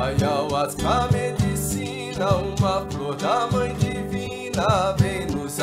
Ayahuasca medicina, uma flor da mãe divina, vem nos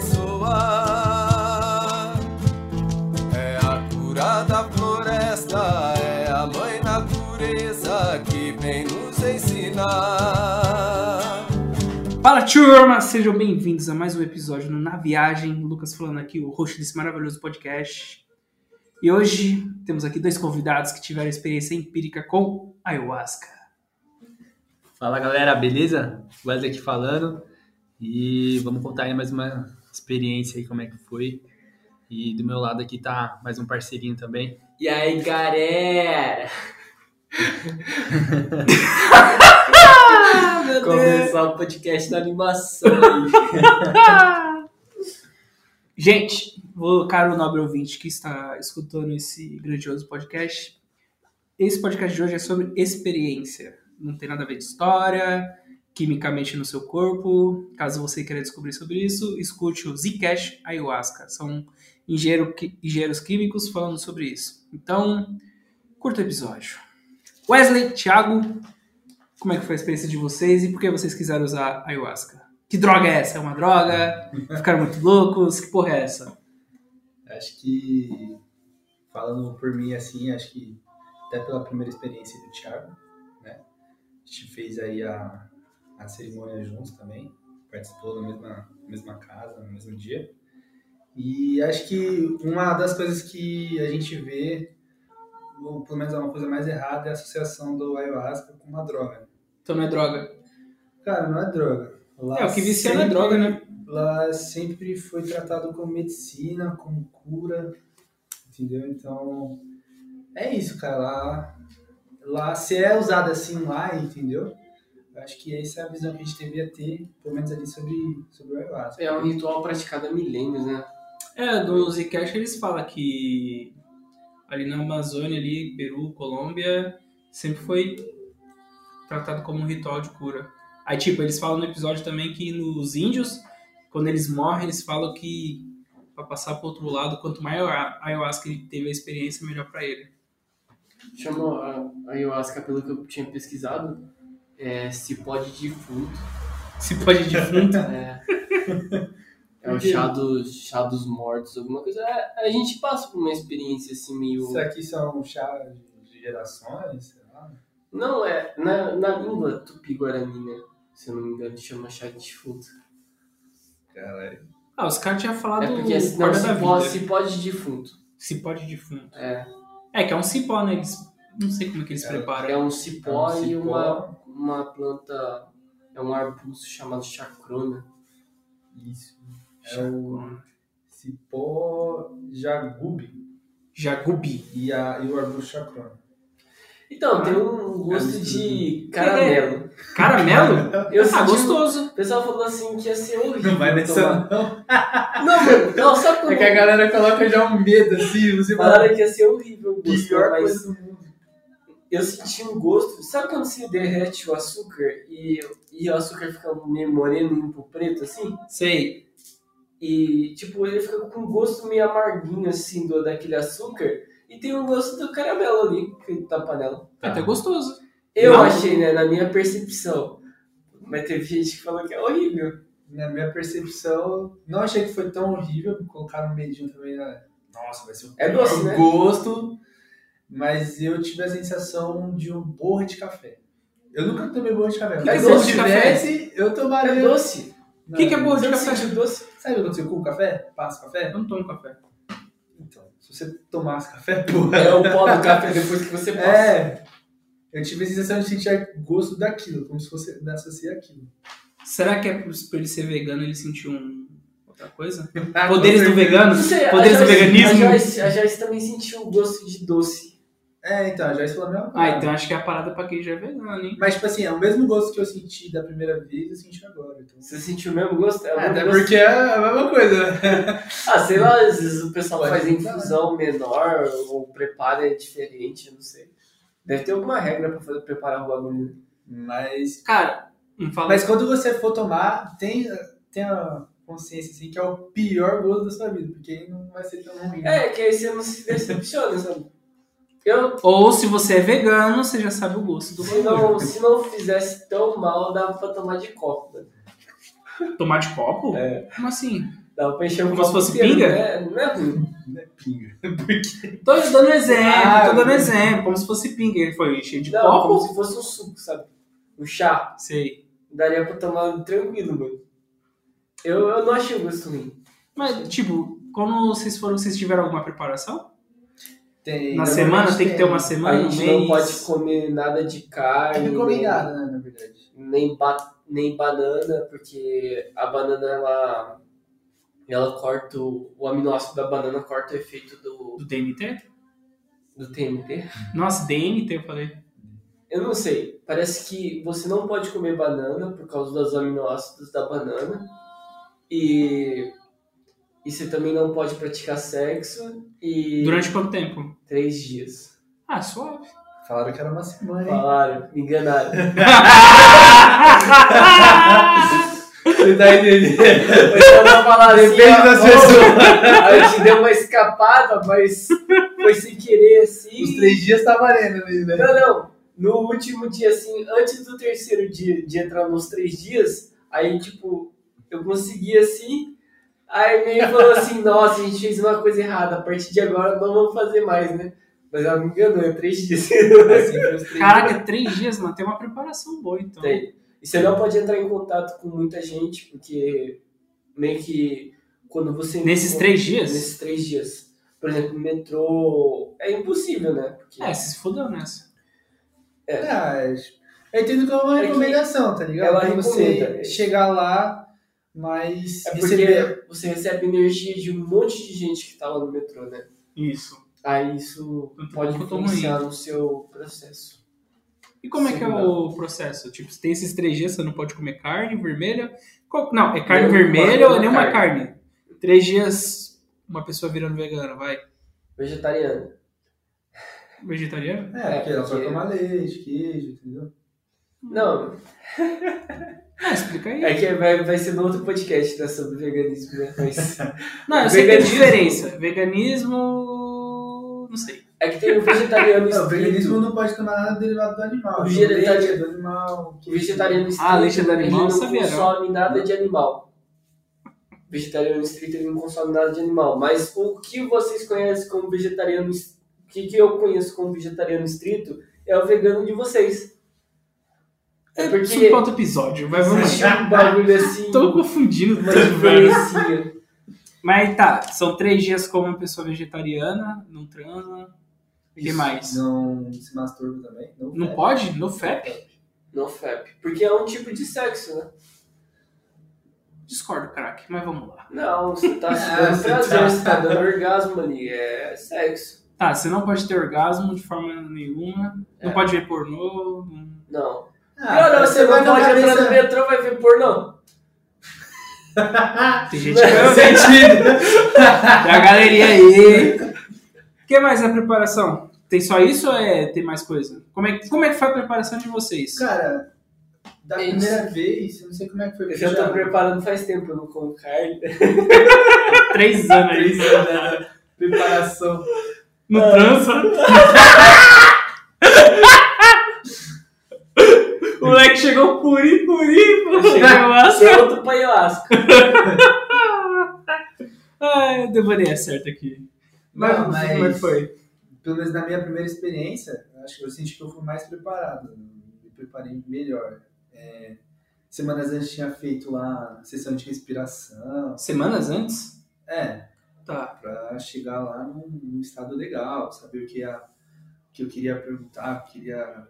abençoar. É a cura da floresta, é a mãe natureza que vem nos ensinar. Fala, turma! Sejam bem-vindos a mais um episódio no Na Viagem. Lucas falando aqui, o host desse maravilhoso podcast. E hoje temos aqui dois convidados que tiveram experiência empírica com ayahuasca. Fala, galera, beleza? Wesley aqui falando. E vamos contar aí mais uma experiência aí, como é que foi. E do meu lado aqui tá mais um parceirinho também. E aí, galera? Começar o podcast da animação aí. Gente, caro nobre ouvinte que está escutando esse grandioso podcast, esse podcast de hoje é sobre experiência. Não tem nada a ver de história, quimicamente no seu corpo. Caso você queira descobrir sobre isso, escute o Zcash Ayahuasca. São engenheiros químicos falando sobre isso. Então, curta o episódio. Wesley, Thiago, como é que foi a experiência de vocês e por que vocês quiseram usar ayahuasca? Que droga é essa? É uma droga? Ficaram muito loucos? Que porra é essa? Acho que, falando por mim assim, acho que até pela primeira experiência do Thiago, né? A gente fez aí a cerimônia juntos também, participou da mesma casa, no mesmo dia. E acho que uma das coisas que a gente vê, ou pelo menos é uma coisa mais errada, é a associação do ayahuasca com uma droga. Então não é droga? Cara, não é droga. Lá o que vicia não é droga, né? Lá sempre foi tratado como medicina, como cura, entendeu? Então, é isso, cara. Lá se é usado assim lá, entendeu? Eu acho que essa é a visão que a gente devia ter, pelo menos ali sobre o ayahuasca. É um ritual praticado há milênios, né? Do Zcash eles falam que ali na Amazônia, ali, Peru, Colômbia, sempre foi tratado como um ritual de cura. Aí, eles falam no episódio também que nos índios, quando eles morrem, eles falam que pra passar pro outro lado, quanto mais ayahuasca ele teve a experiência, melhor pra ele. Chama a ayahuasca, pelo que eu tinha pesquisado, cipó de defunto. Cipó de defunto? É o chá dos mortos, alguma coisa. A gente passa por uma experiência assim meio... Isso aqui são chá de gerações, sei lá. Não, na língua tupi-guarani, né? Se eu não me engano, chama chá de defunto. Caralho. Os caras tinham falado porque corda da vida. Cipó de defunto. Cipó de defunto. Que é um cipó, né? Não sei como é que eles preparam. É um cipó e uma planta... É um arbusto chamado chacrona. Isso. É o cipó jagubi. Jagubi. E o arbusto chacrona. Então, tem um gosto de caramelo. Caramelo? Eu senti gostoso. O pessoal falou assim que ia ser horrível. Não vai nessa não. Não, mano. Não, sabe como... É que a galera coloca já um medo, assim. Você falaram que ia ser horrível o gosto. Pior mas coisa do mundo. Eu senti um gosto... Sabe quando se derrete o açúcar e o açúcar fica meio moreno e um pouco preto, assim? Sei. E, ele fica com um gosto meio amarguinho, assim, daquele açúcar. E tem um gosto do caramelo ali, que tá na panela. É até gostoso. Eu achei, né, na minha percepção. Mas teve gente que falou que é horrível. Na minha percepção, não achei que foi tão horrível. Colocaram um medinho também, né? Nossa, vai ser um doce, né? Gosto. Mas eu tive a sensação de um borra de café. Eu nunca tomei borra de café. Mas se eu tivesse, eu tomaria. É doce. O que é borra de café? Doce. Sabe o que aconteceu com o café? Passa café? Eu não tomo café. Então, se você tomasse café, porra. É o pó do café depois que você passa. Eu tive a sensação de sentir gosto daquilo, como se fosse me associar aquilo. Será que é por ele ser vegano ele sentiu outra coisa? Poderes do vegano? Não sei, poderes do veganismo? A Joyce também sentiu o gosto de doce. Então, a Joyce falou a mesma coisa. Então acho que é a parada pra quem já é vegano, hein? Mas, é o mesmo gosto que eu senti da primeira vez, eu senti agora. Então... Você sentiu o mesmo gosto? Até porque é a mesma coisa. Sei lá, às vezes o pessoal faz infusão menor, ou o preparo é diferente, eu não sei. Deve ter alguma regra pra preparar o bagulho. Mas... Cara, Mas quando você for tomar, tem a consciência, assim, que é o pior gosto da sua vida, porque não vai ser tão ruim. Que aí você não se decepciona, sabe? Ou se você é vegano, você já sabe o gosto do bagulho. Se não fizesse tão mal, dava pra tomar de copo, mano. Tomar de copo? É. Como assim? Dava pra encher um Como copo se fosse inteiro, pinga? né? Não é ruim. Não é pinga. Tô dando exemplo, Ah, tô dando exemplo. Como se fosse pinga. Ele foi cheio de Não, copo. como se fosse um suco, sabe? Um chá. Sei. Daria pra tomar tranquilo, mano. Eu não achei o gosto ruim. Mas, tipo, quando vocês tiveram alguma preparação? Tem, Na semana? Tem que ter uma semana, A um gente mês? não pode comer nada de carne. É recomendado, né, na verdade. Nem banana, porque a banana, ela corta o aminoácido da banana, corta o efeito Do DMT? do TNT. Nossa, DMT eu falei. Eu não sei, parece que você não pode comer banana por causa dos aminoácidos da banana e você também não pode praticar sexo e... Durante quanto tempo? 3 dias. Ah, suave. Falaram que era uma semana, hein? Falaram, me enganaram. Você tá entendendo? Eu não falar assim, Depende das pessoas. a gente deu uma escapada, mas foi sem querer assim. Os 3 dias tá valendo ali, né? Não. No último dia, assim, antes do terceiro dia de entrar nos 3 dias, aí, tipo, eu consegui assim. Aí meio falou assim: nossa, a gente fez uma coisa errada, a partir de agora não vamos fazer mais, né? Mas ela me enganou, é 3 dias. Assim, foi os 3 Caraca, 3 dias, mano. Tem uma preparação boa, então. Tem. E você não pode entrar em contato com muita gente, porque meio que quando você... Nesses 3 dias? Nesses 3 dias. Por exemplo, no metrô é impossível, né? Porque... Se fodeu nessa. eu entendo como uma É que recomendação, tá ligado? ela Pra você recomenda. chegar lá, mas É porque receber... você recebe energia de um monte de gente que tá lá no metrô, né? Isso. Aí isso Tanto pode bom quanto influenciar no seu processo. E como é que é o processo? Tipo, você tem esses 3 dias, você não pode comer carne vermelha. Não, é carne vermelha ou é nenhuma carne? 3 dias, uma pessoa virando vegana, vai. Vegetariano. Vegetariano? Porque ela pode tomar leite, queijo, entendeu? Não, Explica aí. é que vai ser no outro podcast, né, sobre veganismo, né? Mas Não, eu sei que tem veganismo. diferença. Veganismo... não sei. é que tem o vegetariano Não, o estrito. veganismo não pode tomar nada derivado do animal. O Então, vegetariano- leite é do animal. O vegetariano estrito, leite do animal, ele não sabia, não. consome nada de animal. O vegetariano estrito, ele não consome nada de animal. Mas o que vocês conhecem como vegetariano... O que eu conheço como vegetariano estrito é o vegano de vocês. É Isso porque para outro episódio, mas vamos existe um bagulho assim, Tô confundindo uma tudo, velho. diferencinha. Mas tá, são 3 dias como uma pessoa vegetariana, não transa. O que mais? Não se masturba também. Não pode? No FAP? No FAP. Porque é um tipo de sexo, né? Discordo, craque, mas vamos lá. Não, você tá se Ah, dando você prazer, tá- você tá dando orgasmo ali. É sexo. Tá, você não pode ter orgasmo de forma nenhuma. Não pode ver pornô. Não. Ah, Não, você vai não na pode entrar cabeça- no metrô e vai ver pornô. Tem gente que vai ver. Tem a galeria aí. O que mais é a preparação? Tem só isso ou tem mais coisa? Como é que foi a preparação de vocês? Cara, da Isso. primeira vez, eu não sei como é que foi. Eu já tô preparando faz tempo, eu não como carne. 3 anos aí. né? Preparação. Não transa. O moleque chegou purinho. Pronto pra ayahuasca. Eu devaneei certo aqui. Mas como é que foi? Pelo menos na minha primeira experiência, eu acho que eu senti que eu fui mais preparado. Me preparei melhor. Semanas antes tinha feito lá sessão de respiração. Semanas antes? Tá. Pra chegar lá num estado legal, saber o que eu queria perguntar, o que eu queria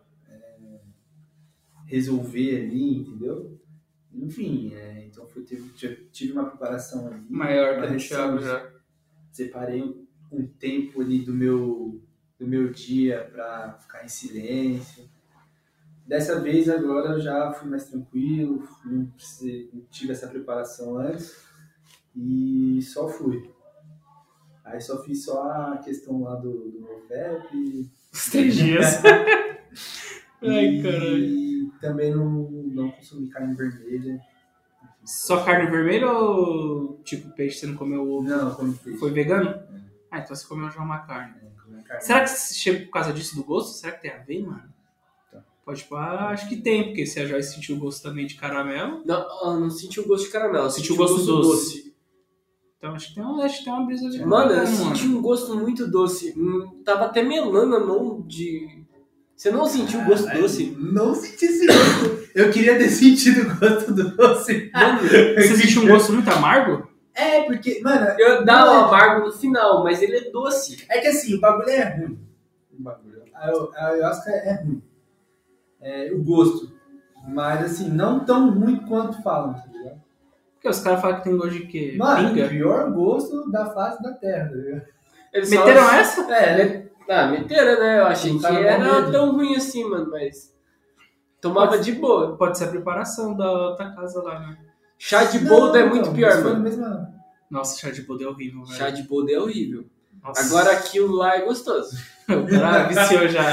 resolver ali, entendeu? Enfim, então tive uma preparação ali. Maior que uma o Thiago reação, já. Separei um tempo ali do meu dia para ficar em silêncio. Dessa vez agora eu já fui mais tranquilo, não tive essa preparação antes e só fui. Aí só fiz só a questão lá do NoFap. Os 3 dias. Ai, caralho. E também não consumi carne vermelha. Só carne vermelha ou tipo peixe você não comeu ovo? Não, como peixe. Foi vegano? Ah, então você comeu já uma carne. Comer carne. Será que chega por causa disso do gosto? Será que tem a ver, mano? Tá. Pode pá, acho que tem, porque se a Joyce sentiu o gosto também de caramelo, Não senti o gosto de caramelo, Sentiu senti o gosto doce. então acho que tem uma brisa de Mano, eu bacana, senti um gosto muito doce. Tava até melando a mão de... Você não sentiu o gosto doce? Não senti esse gosto. Eu queria ter sentido o gosto doce. Mano, Você sentiu um gosto muito amargo? É, porque, mano... eu dá não um é- amargo no final, mas ele é doce. É que assim, o bagulho é ruim. O bagulho. A ayahuasca é ruim. É, o gosto. Mas assim, não tão ruim quanto falam, tá ligado? Porque os caras falam que tem gosto de quê? Mano, Pinga? o pior gosto da face da terra, tá ligado? Eles Meteram falam- essa? É, meteram, né? Eu achei Não que tava com era medo. tão ruim assim, mano, mas... Tomava de boa. Pode ser a preparação da outra casa lá, né? Chá de boldo é Não, muito então, pior, mas foi mano. no mesmo ano. Nossa, chá de boldo é horrível, velho. Chá de boldo é horrível. Nossa. Agora aquilo lá é gostoso. O cara viciou já.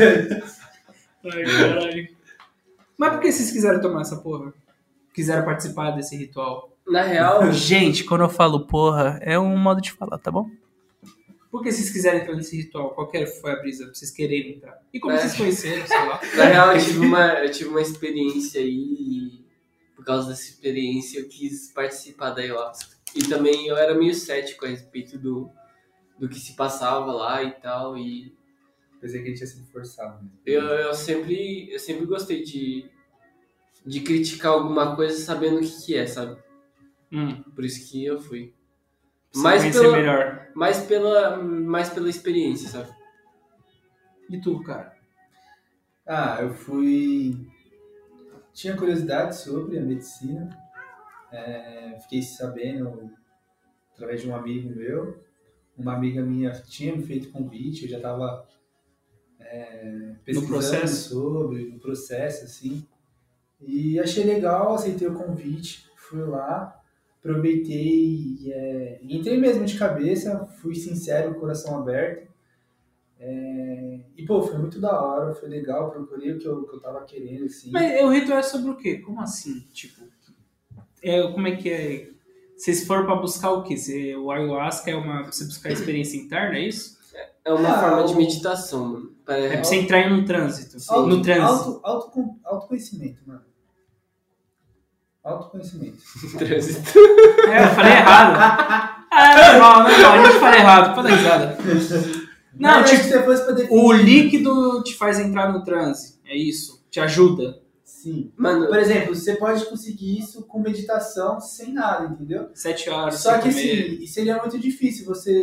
Ai, caralho. Mas por que vocês quiseram tomar essa porra? Quiseram participar desse ritual? Na real, Gente, quando eu falo porra, é um modo de falar, tá bom? Por que vocês quiserem entrar nesse ritual? Qual que foi a brisa pra vocês quererem entrar? E como vocês conheceram, sei lá? na real eu tive uma experiência aí e por causa dessa experiência eu quis participar da ayahuasca. E também eu era meio cético a respeito do que se passava lá e tal. E Pensei que ele tinha sido forçado. Né? eu sempre gostei de criticar alguma coisa sabendo o que é, sabe? Por isso que eu fui. Pra Mais você conhecer melhor. mais pela experiência, sabe? E tu, cara? Ah, eu fui... Tinha curiosidade sobre a medicina. Fiquei sabendo através de um amigo meu. Uma amiga minha tinha me feito convite, eu já estava pesquisando processo? no processo, assim. E achei legal, aceitei o convite, fui lá, aproveitei e entrei mesmo de cabeça, fui sincero, coração aberto. E, pô, foi muito da hora, foi legal, procurei o que eu tava querendo, assim. Mas o ritual é sobre o quê? Como assim? Tipo, como é que é? Vocês foram pra buscar o quê? O ayahuasca é pra você buscar experiência interna, é isso? É uma Ah, forma de o- meditação, mano. É pra você entrar em um trânsito. Auto- No trânsito. Autoconhecimento, mano. Autoconhecimento. Trânsito. Eu falei errado. Normal, a gente fala errado, fala risada. Não, Mas tipo, acho que depois pra definir. o líquido te faz entrar no transe, é isso? Te ajuda? Sim. Mano, Por exemplo, você pode conseguir isso com meditação sem nada, entendeu? 7 horas Só sem que comer. assim, e seria muito difícil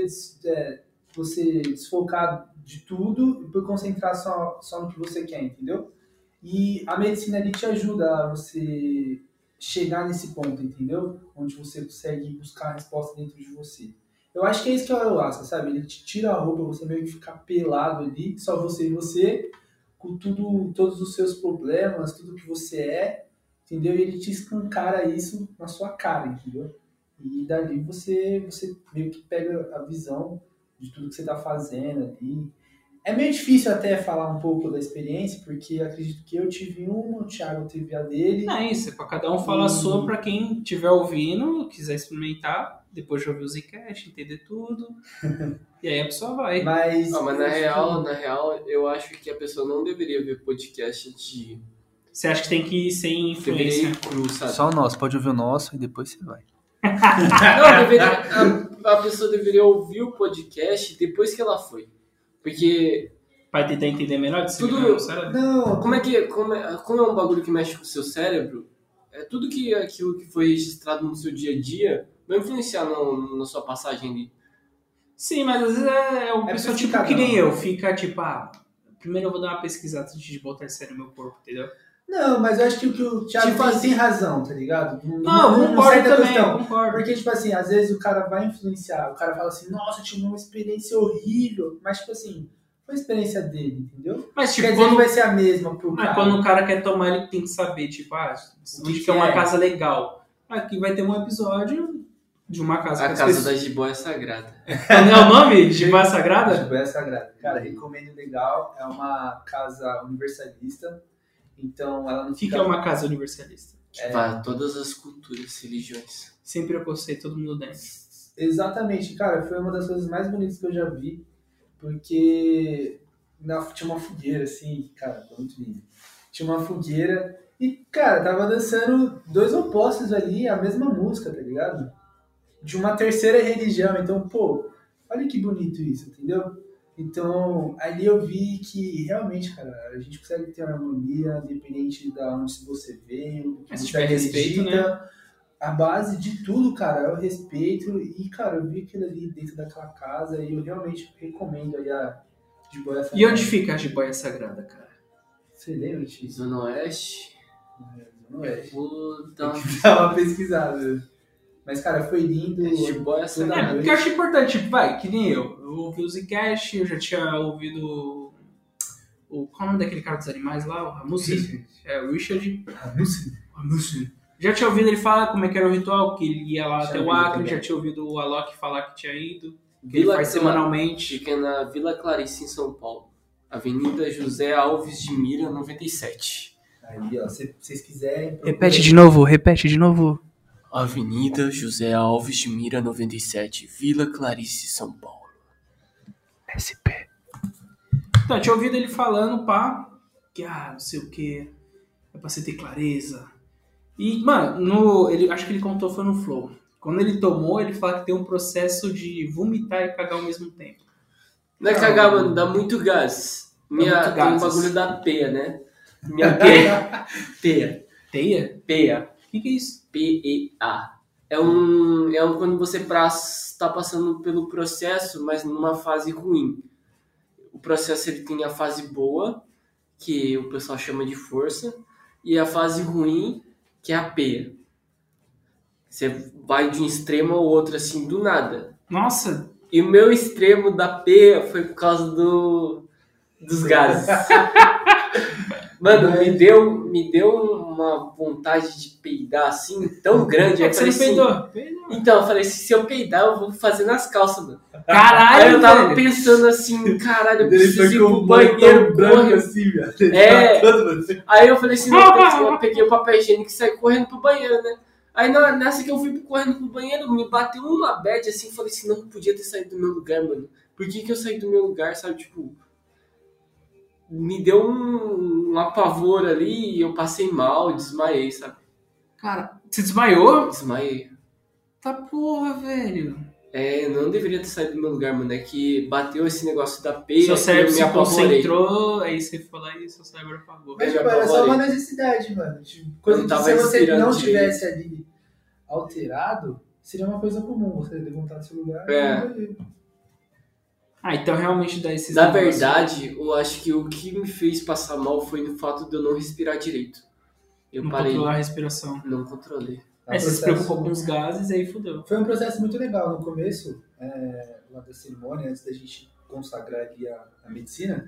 você desfocar de tudo e concentrar só no que você quer, entendeu? E a medicina ali te ajuda a você chegar nesse ponto, entendeu? Onde você consegue buscar a resposta dentro de você. Eu acho que é isso que é o ayahuasca, sabe? Ele te tira a roupa, você meio que fica pelado ali, só você e você, com todos os seus problemas, tudo que você é, entendeu? E ele te escancara isso na sua cara, entendeu? E dali você meio que pega a visão de tudo que você está fazendo ali. É meio difícil até falar um pouco da experiência, porque acredito que eu tive uma, o Thiago teve a dele. Não, é isso, é pra cada um falar sua, pra quem estiver ouvindo, quiser experimentar, depois de ouvir o Zcast, entender tudo. E aí a pessoa vai. Mas, mas na real, eu acho que a pessoa não deveria ver podcast antes de ir. Você acha que tem que ir sem Deveria influência? ir cru, sabe? Só o nosso, pode ouvir o nosso e depois você vai. Não, a pessoa deveria ouvir o podcast depois que ela foi. Porque Pra tentar entender melhor de Tudo- Não, como é um bagulho que mexe com o seu cérebro, tudo aquilo que foi registrado no seu dia a dia vai influenciar na sua passagem ali. Sim, mas às vezes é uma pessoa pra tipo ficar, que nem não. eu, fica tipo, primeiro eu vou dar uma pesquisada antes de botar isso aí no meu corpo, entendeu? Não, mas eu acho que o Thiago Tipo assim- tem razão, tá ligado? Não, Numa concordo certa também, questão. concordo. Porque, tipo assim, às vezes o cara vai influenciar, o cara fala assim, nossa, eu tive uma experiência horrível, mas, tipo assim, foi a experiência dele, entendeu? Mas tipo, Quer dizer que quando, vai ser a mesma pro cara. quando o cara quer tomar, ele tem que saber, tipo, onde que é uma casa legal. Aqui vai ter um episódio de uma casa A que as casa pessoas- da Jiboia é sagrada. Não é o nome? De Boa Sagrada? Jiboia Sagrada. Cara, recomendo legal, é uma casa universalista, então ela não O que fica... é uma casa universalista? Que vai todas as culturas, religiões. Sem preconceito, todo mundo dentro. Exatamente, cara, foi uma das coisas mais bonitas que eu já vi, porque tinha uma fogueira, assim, cara, foi muito lindo. Tinha uma fogueira e, cara, tava dançando dois opostos ali, a mesma música, tá ligado? De uma terceira religião, então, pô, olha que bonito isso, entendeu? Então, ali eu vi que realmente, cara, a gente consegue ter uma harmonia, independente de onde você veio, do que Mas você tiver respeito, acredita. A base de tudo, cara, é o respeito. E, cara, eu vi aquilo ali dentro daquela casa e eu realmente recomendo aí a Jiboia Sagrada. E onde fica a Jiboia Sagrada, cara? Você lembra disso? Zona Oeste. Não é. Vou dar Tem que dar uma pesquisada. Mas, cara, foi lindo. Jiboia Toda Sagrada. Porque eu acho importante, tipo, vai, que nem eu ouvi o Zcash, eu já tinha ouvido qual é o nome daquele cara dos animais lá? O Ramusi? O Richard. Ramusi. Já tinha ouvido ele falar como é que era o ritual, que ele ia lá até o Acre, já tinha ouvido o Alok falar que tinha ido, que ele faz semanalmente. Fica na Vila Clarice, em São Paulo. Avenida José Alves de Mira, 97. Aí, ó, se vocês quiserem... Repete de novo. Avenida José Alves de Mira, 97. Vila Clarice, São Paulo. SP. Então, eu tinha ouvido ele falando, pá, que, não sei o que, é pra você ter clareza. E, mano, acho que ele contou foi no Flow. Quando ele tomou, ele fala que tem um processo de vomitar e cagar ao mesmo tempo. Não é cagar, mano, dá muito gás. Tem um bagulho da peia, né? Minha peia. Peia. Teia? Peia. O que é isso? PEA. É quando você tá passando pelo processo, mas numa fase ruim. O processo ele tem a fase boa, que o pessoal chama de força, e a fase ruim, que é a peia. Você vai de um extremo ao outro, assim, do nada. Nossa! E o meu extremo da peia foi por causa dos gases. Mano, me deu uma vontade de peidar, assim, tão grande. É que você não peidou? Então, eu falei, se eu peidar, eu vou fazer nas calças, mano. Caralho, Aí eu tava velho. pensando assim, caralho, eu Ele preciso foi ir com pro o banheiro, branco correndo. assim, velho. Aí eu falei assim, não, eu peguei o papel higiênico e saí correndo pro banheiro, né? Aí nessa que eu fui correndo pro banheiro, me bateu uma bad assim, falei assim, não podia ter saído do meu lugar, mano. Por que eu saí do meu lugar, sabe? Tipo, me deu um apavor ali e eu passei mal, desmaiei, sabe? Cara, você desmaiou? Desmaiei. Tá porra, velho. Eu não deveria ter saído do meu lugar, mano. É que bateu esse negócio da peia Seu cérebro e eu me se apavorei. concentrou, aí você foi lá e seu cérebro apagou. Mas, Eu tipo, era só apavorei. uma necessidade, mano. Tipo, coisa Eu que tava se você respirando não direito. tivesse ali alterado, seria uma coisa comum. Você levantar do seu lugar e ir no banheiro. Então realmente dá esses Na negócios. verdade, eu acho que o que me fez passar mal foi no fato de eu não respirar direito. Eu Não parei, controlar a respiração. não controlei. Aí você se preocupou com os gases e aí fudeu. Foi um processo muito legal no começo, lá da cerimônia, antes da gente consagrar ali a medicina.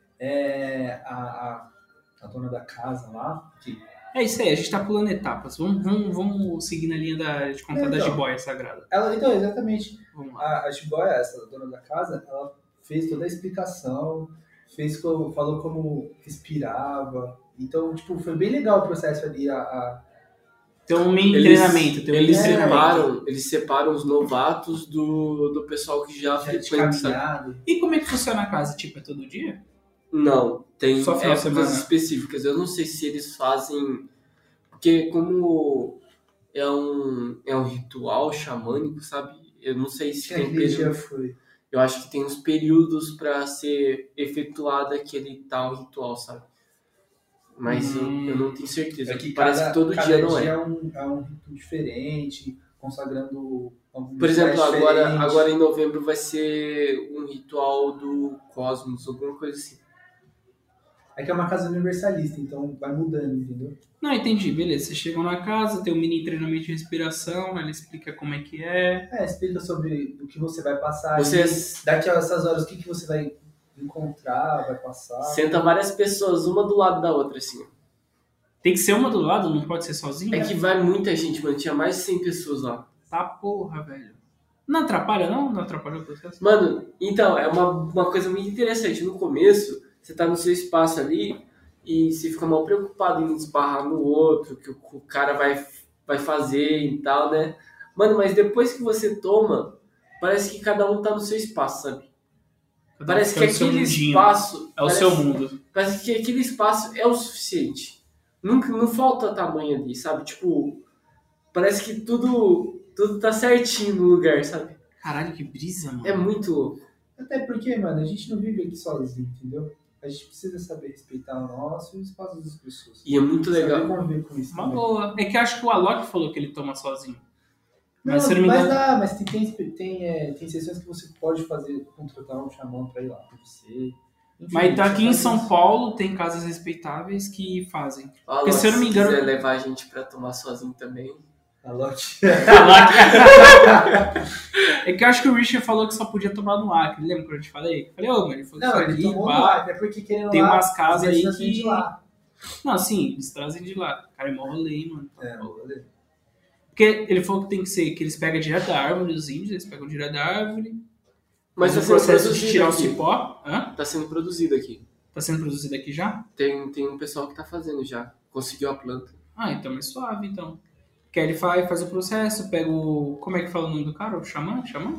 A dona da casa lá, que É isso aí, a gente tá pulando etapas. Vamos seguir na linha de contar da jiboia sagrada. então, exatamente. Vamos lá. A Jiboia, essa dona da casa, ela fez toda a explicação, falou como respirava. Então, tipo, foi bem legal o processo ali. Tem um mini treinamento. Tem um mini treinamento. Eles separam os novatos do pessoal que já frequenta. caminhado. E como é que funciona a casa? Tipo, é todo dia? Não, tem Só final de épocas semana. específicas. Eu não sei se eles fazem... Porque como é um ritual xamânico, sabe? Eu não sei se tem Aquele dia período. foi. Eu acho que tem uns períodos para ser efetuado aquele tal ritual, sabe? Mas eu não tenho certeza. É que Parece que todo cada dia não é. é um rito diferente, consagrando alguns Por exemplo, rituais diferentes. agora em novembro vai ser um ritual do cosmos, alguma coisa assim. É que é uma casa universalista, então vai mudando, entendeu? Não, entendi. Beleza. Vocês chegam na casa, tem um mini treinamento de respiração, ela explica como é que é. Explica sobre o que você vai passar. Vocês- Daqui a essas horas, o que você vai encontrar, vai passar. Senta várias pessoas, uma do lado da outra, assim. Tem que ser uma do lado, não pode ser sozinha? É que vai muita gente, mano. Tinha mais de 100 pessoas lá. Tá porra, velho. Não atrapalha, não? Não atrapalha o processo? Mano, então, é uma coisa muito interessante. No começo, você tá no seu espaço ali e você fica mal preocupado em esbarrar no outro, que o cara vai fazer e tal, né? Mano, mas depois que você toma, parece que cada um tá no seu espaço, sabe? Cada um Parece que tem o seu aquele mundinho. espaço... É o seu mundo. Parece que aquele espaço é o suficiente. Não falta tamanho ali, sabe? Tipo, parece que tudo tá certinho no lugar, sabe? Caralho, que brisa, mano. É muito louco. Até porque, mano, a gente não vive aqui sozinho, entendeu? A gente precisa saber respeitar o nosso e o espaço das pessoas. E é muito Saber legal. conviver com isso Uma também. boa. É que eu acho que o Alok falou que ele toma sozinho. Não, Mas se eu não me mas engano... dá, mas tem sessões que você pode fazer, contratar um xamã pra ir lá pra você. Enfim, Mas então você aqui em faz São isso. Paulo tem casas respeitáveis que fazem. Alok, se eu não me engano- se quiser levar a gente pra tomar sozinho também. A lote. É que eu acho que o Richard falou que só podia tomar no Acre. Lembra quando eu te falei? Eu falei, ô, mano, ele falou Não, isso ele aqui, tomou pá. lá, é porque querendo Tem lá, umas casas os aí vecinos vêm que... de lá. Não, sim, eles trazem de lá. Cara, é mó rolê, hein, mano. É, beleza. Porque ele falou que tem que ser que eles pegam direto da árvore, os índios, eles pegam direto da árvore. Mas tá o sendo processo de produzido tirar o aqui. cipó. Hã? Tá sendo produzido aqui. Tá sendo produzido aqui já? Tem um pessoal que tá fazendo já. Conseguiu a planta. Ah, então é suave, então. Que aí ele faz o processo, pega o... Como é que fala o nome do cara? O xamã? Xamã?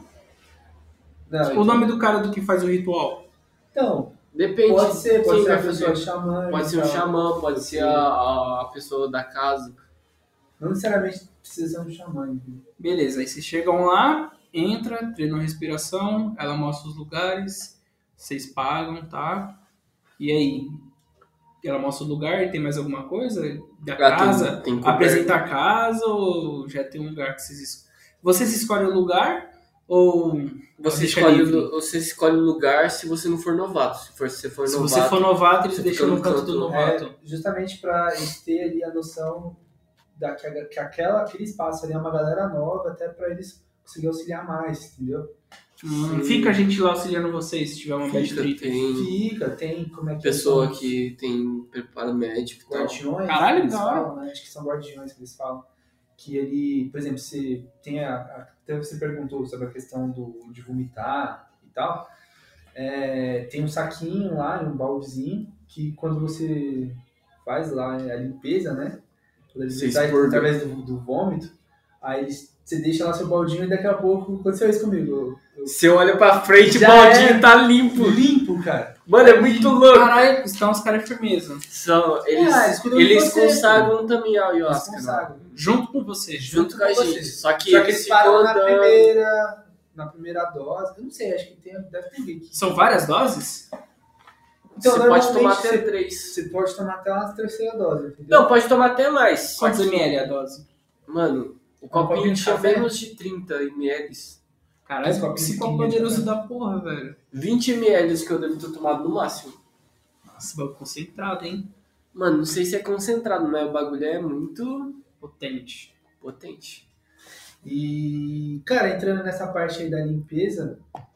Não, O nome do cara do que faz o ritual. Então, Depende pode ser quem a vai pessoa fazer. xamã. Pode ser o xamã, pode ser a pessoa da casa. Não necessariamente precisa ser um xamã. Entendeu? Beleza, aí vocês chegam lá, entra, treina a respiração, ela mostra os lugares, vocês pagam, tá? E aí? Ela mostra o lugar e tem mais alguma coisa da casa? tem Apresenta a casa ou já tem um lugar que vocês escolhem o lugar ou Você deixa escolhe, livre? você escolhe o lugar se você não for novato. Se você for Se novato, você for novato, eles você deixam fica no no canto canto. do novato. É, justamente para eles terem ali a noção que aquele espaço ali é uma galera nova, até para eles conseguirem auxiliar mais, entendeu? Sim. Fica a gente lá auxiliando vocês se tiver uma bad fica, trip. Tem como é que pessoa são os que tem preparo médico e tal. guardiões, Caralho, que eles da hora. falam, né? Acho que são guardiões que eles falam. Que ele, por exemplo, você tem até você perguntou sobre a questão de vomitar e tal. Tem um saquinho lá, um baldezinho, que quando você faz lá a limpeza, né? Quando ele Você sai expurga. através do vômito, aí você deixa lá seu baldinho e daqui a pouco, aconteceu isso comigo. Você olha pra frente, o Já baldinho é. tá limpo. Limpo, cara. Mano, é muito louco. Caralho, estão os caras firmeza. São, eles cuidam de eles você, consagram também a Eles ayahuasca. né? consagram. Junto com você. Junto com a com gente. você. Só que Só que eles eles param ficam na andando. primeira dose. Eu não sei, acho que deve ter aqui. São várias doses? Então, Você pode normalmente, tomar até 3. Você pode tomar até uma terceira dose, entendeu? Não, pode tomar até mais. Quantos ml é a dose? Mano, o copinho copinho de tinha café? menos de 30 ml. Caralho, Esse copinho esse pequenininho copo poderoso também. da porra, velho. 20 ml que eu devo ter tomado no máximo. Nossa, bagulho concentrado, hein? Mano, não sei se é concentrado, mas o bagulho é muito Potente. potente. E, cara, entrando nessa parte aí da limpeza,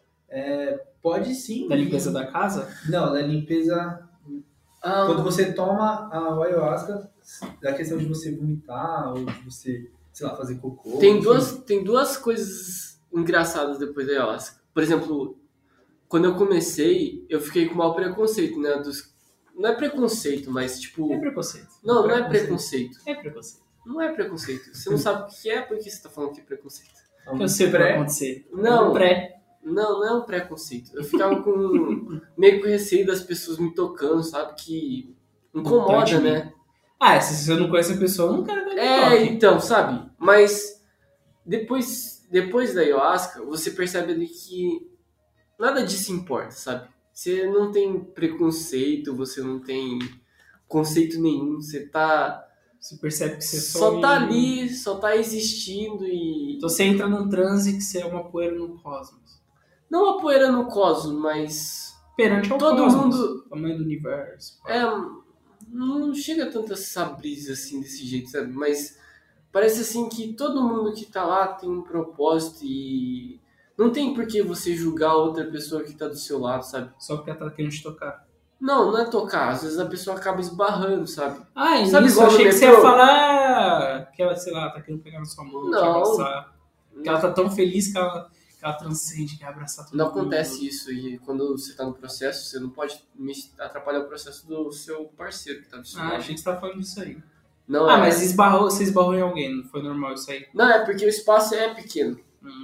pode sim. Da limpeza da casa? Não, da limpeza. Quando você toma a ayahuasca, da questão de você vomitar ou de você, sei lá, fazer cocô. Tem enfim. tem duas coisas engraçadas depois da ayahuasca. Por exemplo, quando eu comecei, eu fiquei com mau preconceito, né? Não é preconceito, mas tipo... É preconceito. Não é preconceito. É preconceito. Não é preconceito. Você não sabe o que é, por que você tá falando que é preconceito? Eu sei o que vai acontecer. Não. É um pré. Não é um preconceito. Eu ficava com meio com receio das pessoas me tocando, sabe? Que incomoda, Toque em mim. né? Ah, se você não conhece a pessoa, eu não quero ver toque. Então, sabe? Mas depois da ayahuasca, você percebe ali que nada disso importa, sabe? Você não tem preconceito, você não tem conceito nenhum, você Você percebe que você só tá ali, só tá existindo e... Então você entra num transe que você é uma poeira no cosmos. Não a poeira no cosmos, mas Perante ao todo cosmos. mundo... Tamanho do universo. Não chega tanto essa brisa assim, desse jeito, sabe? Mas parece assim que todo mundo que tá lá tem um propósito e não tem por que você julgar outra pessoa que tá do seu lado, sabe? Só porque ela tá querendo te tocar. Não é tocar. Às vezes a pessoa acaba esbarrando, sabe? Ah, e Sabe nisso eu igual no achei que você metrô? ia falar que ela, sei lá, tá querendo pegar na sua mão, te Não. abraçar. Que ela tá tão feliz que ela transcende, quer abraçar todo Não mundo. acontece isso. E quando você tá no processo, você não pode atrapalhar o processo do seu parceiro que tá do seu Ah, lado. achei que você tava falando disso aí. Não Mas você esbarrou em alguém, não foi normal isso aí? Não, é porque o espaço é pequeno.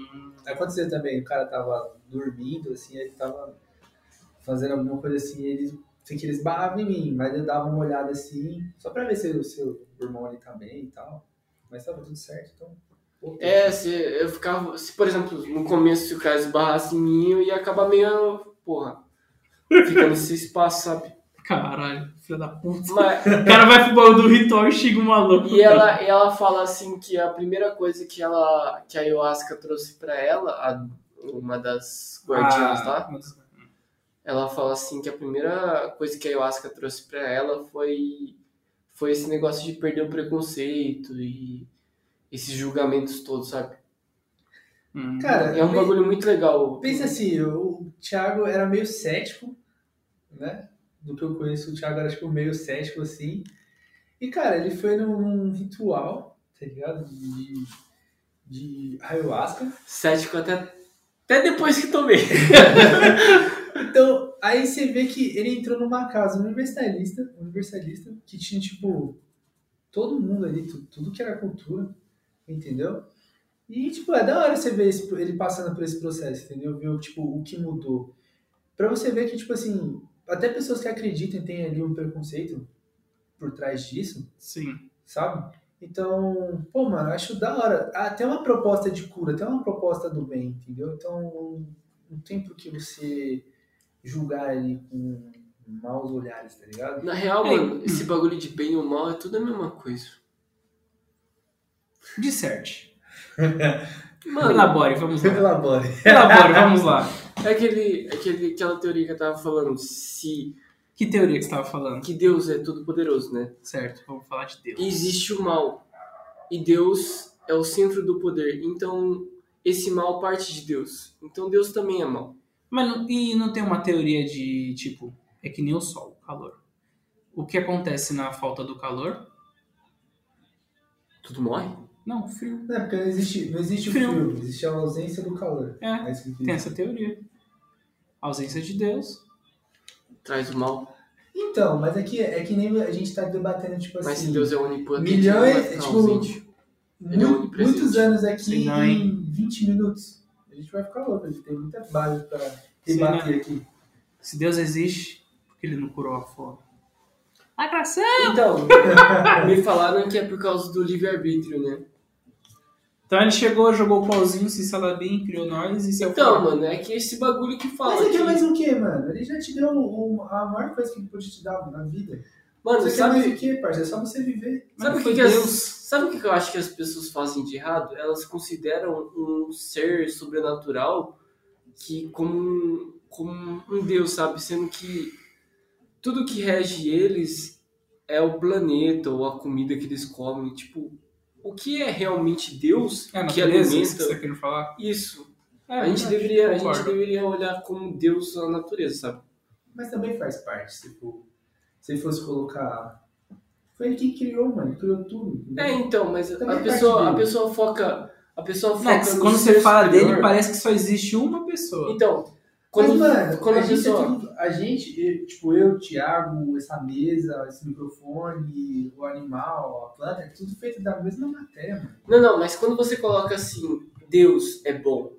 Aconteceu também, o cara tava dormindo, assim, ele tava fazendo alguma coisa assim, ele sem que eles barravam em mim, mas eu dava uma olhada assim, só pra ver se o seu irmão ali tá bem e tal. Mas tava tudo certo, então. voltei. Eu ficava. Se, por exemplo, no começo, se o cara esbarrasse em mim, eu ia acabar meio. Porra. Fica nesse espaço, sabe? Caralho, filho da puta. Mas, O cara vai pro baú do ritual e chega um maluco. e ela fala assim que a primeira coisa que a ayahuasca trouxe pra ela, uma das guardiãs lá, ela fala assim que a primeira coisa que a ayahuasca trouxe pra ela foi esse negócio de perder o preconceito e esses julgamentos todos, sabe? Cara, É um bagulho muito legal. pensa assim, o Thiago era meio cético, né? Do que eu conheço, o Thiago era tipo meio cético assim. E cara, ele foi num ritual, tá ligado? De ayahuasca. Cético até depois que tomei. Então, aí você vê que ele entrou numa casa universalista que tinha, tipo, todo mundo ali, tudo que era cultura, entendeu? E, tipo, é da hora você ver ele passando por esse processo, entendeu? Ver, tipo, o que mudou. Pra você ver que, tipo assim, até pessoas que acreditam têm ali um preconceito por trás disso, Sim. sabe? Então, pô, mano, acho da hora. Tem uma proposta de cura, tem uma proposta do bem, entendeu? Então, não tem por que você julgar ele com maus olhares, tá ligado? Na real, mano, esse bagulho de bem ou mal é tudo a mesma coisa. Disserte. Mano, Elabore, vamos lá. Elabore. Elabore, vamos lá. aquela teoria que eu tava falando, Que teoria que você estava falando? que Deus é todo poderoso, né? Certo, vamos falar de Deus. E existe o mal. E Deus é o centro do poder. Então, esse mal parte de Deus. Então, Deus também é mal. Mas não tem uma teoria de, tipo, é que nem o sol, o calor. O que acontece na falta do calor? Tudo morre? Não, frio. Não, porque não existe o frio, existe a ausência do calor. É, isso que eu quis tem dizer. essa teoria. A ausência de Deus. Traz o mal. Então, mas é que nem a gente tá debatendo, tipo Mas assim, se Deus é onipotente, milhões, ele vai ficar tipo, ausente. Ele é onipresente. muitos anos aqui Sim, não, em 20 minutos. A gente vai ficar louco, a gente tem muita base pra Sim, debater né? aqui. Se Deus existe, por que ele não curou a fome? Lacração! Então, me falaram que é por causa do livre-arbítrio, né? Então ele chegou, jogou o pauzinho, se salabim, criou nós e se Então, mano, é que esse bagulho que fala Mas ele que... quer mais o quê, mano? Ele já te deu a maior coisa que ele pode te dar na vida. Mano, Você quer mais sabe... o quê, parceiro? É só você viver. Sabe o foi que Deus. sabe o que eu acho que as pessoas fazem de errado? Elas consideram um ser sobrenatural que como um deus, sabe? Sendo que tudo que rege eles é o planeta ou a comida que eles comem. Tipo, o que é realmente Deus É a que natureza, isso que alimenta você quer falar? isso? É, A gente deveria olhar como Deus a natureza, sabe? Mas também faz parte, se fosse colocar... Foi ele que criou, mano. Ele criou tudo. Entendeu? Então, mas Também a é parte pessoa foca Não, no quando ser você fala superior. dele, parece que só existe uma pessoa. Então, Mas, quando mano, a pessoa... a gente, tipo, eu, o Thiago, essa mesa, esse microfone, o animal, a planta, é tudo feito da mesma matéria, mano. Não, mas quando você coloca assim, Deus é bom,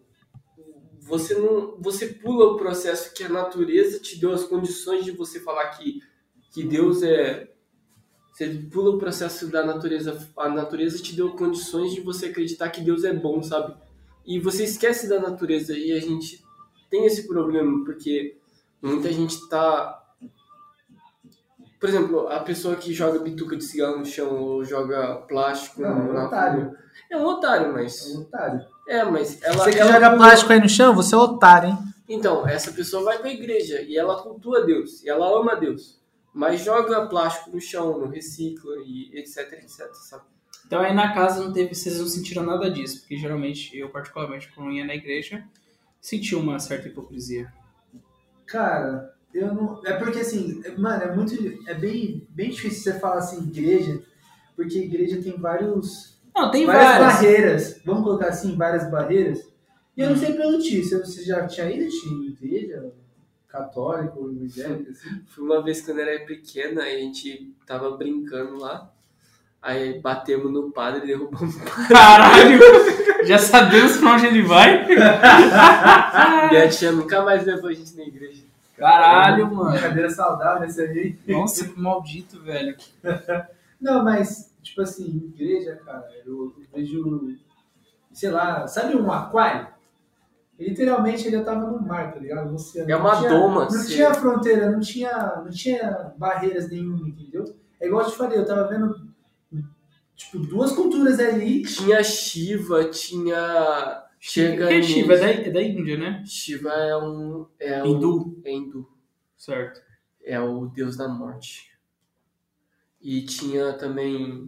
você pula o processo que a natureza te deu as condições de você falar que Deus é... Você pula o processo da natureza, a natureza te deu condições de você acreditar que Deus é bom, sabe? E você esquece da natureza e a gente tem esse problema, porque muita gente tá... Por exemplo, a pessoa que joga bituca de cigarro no chão ou joga plástico Não, é um na otário. rua. É um otário, mas... É um otário. mas ela... Você que ela joga pula- plástico aí no chão, você é otário, hein? Então, essa pessoa vai pra igreja e ela cultua Deus, e ela ama Deus. Mas joga plástico no chão, não recicla e etc, sabe? Então aí na casa não teve, vocês não sentiram nada disso, porque geralmente eu particularmente quando ia na igreja senti uma certa hipocrisia. Cara, eu não... É porque assim, mano, é bem difícil você falar assim, igreja, porque igreja tem várias Não, tem várias. barreiras. Vamos colocar assim, várias barreiras. E eu não sei pelo ti, você já tinha ido em igreja católica ou evangélica, assim? Foi uma vez quando eu era pequena, a gente tava brincando lá. Aí batemos no padre e derrubamos o padre. Caralho! Já sabemos pra onde ele vai? Minha tia nunca mais levou a gente na igreja. Caralho, mano. Brincadeira saudável esse aí. Nossa, que maldito, velho. Não, mas, tipo assim, igreja, cara, eu vejo, sei lá, sabe um aquário? Literalmente ele tava no mar, tá ligado? No oceano. É uma doma. Não tinha fronteira, não tinha barreiras nenhuma, entendeu? É igual eu te falei, eu tava vendo, tipo, duas culturas ali. Tinha Shiva, tinha... Chega Que é Shiva? É da Índia, né? Shiva é um... Hindu. É hindu. Certo. É o deus da morte. E tinha também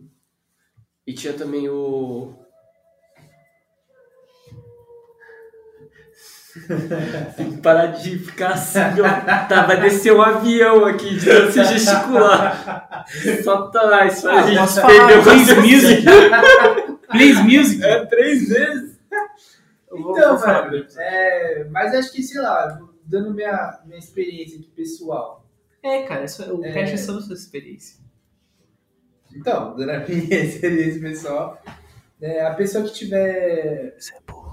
o... Tem que parar de ficar assim, ó. Vai descer um avião aqui de tanto se gesticular. Só mais pra gente posso perder falar, o please raciocínio. music. Please music. É 3 vezes. Então, velho, mas acho que, sei lá, dando minha experiência aqui pessoal. Cara, o cast é sobre sua experiência. Então, dando a minha experiência pessoal, a pessoa que tiver... Você é burro.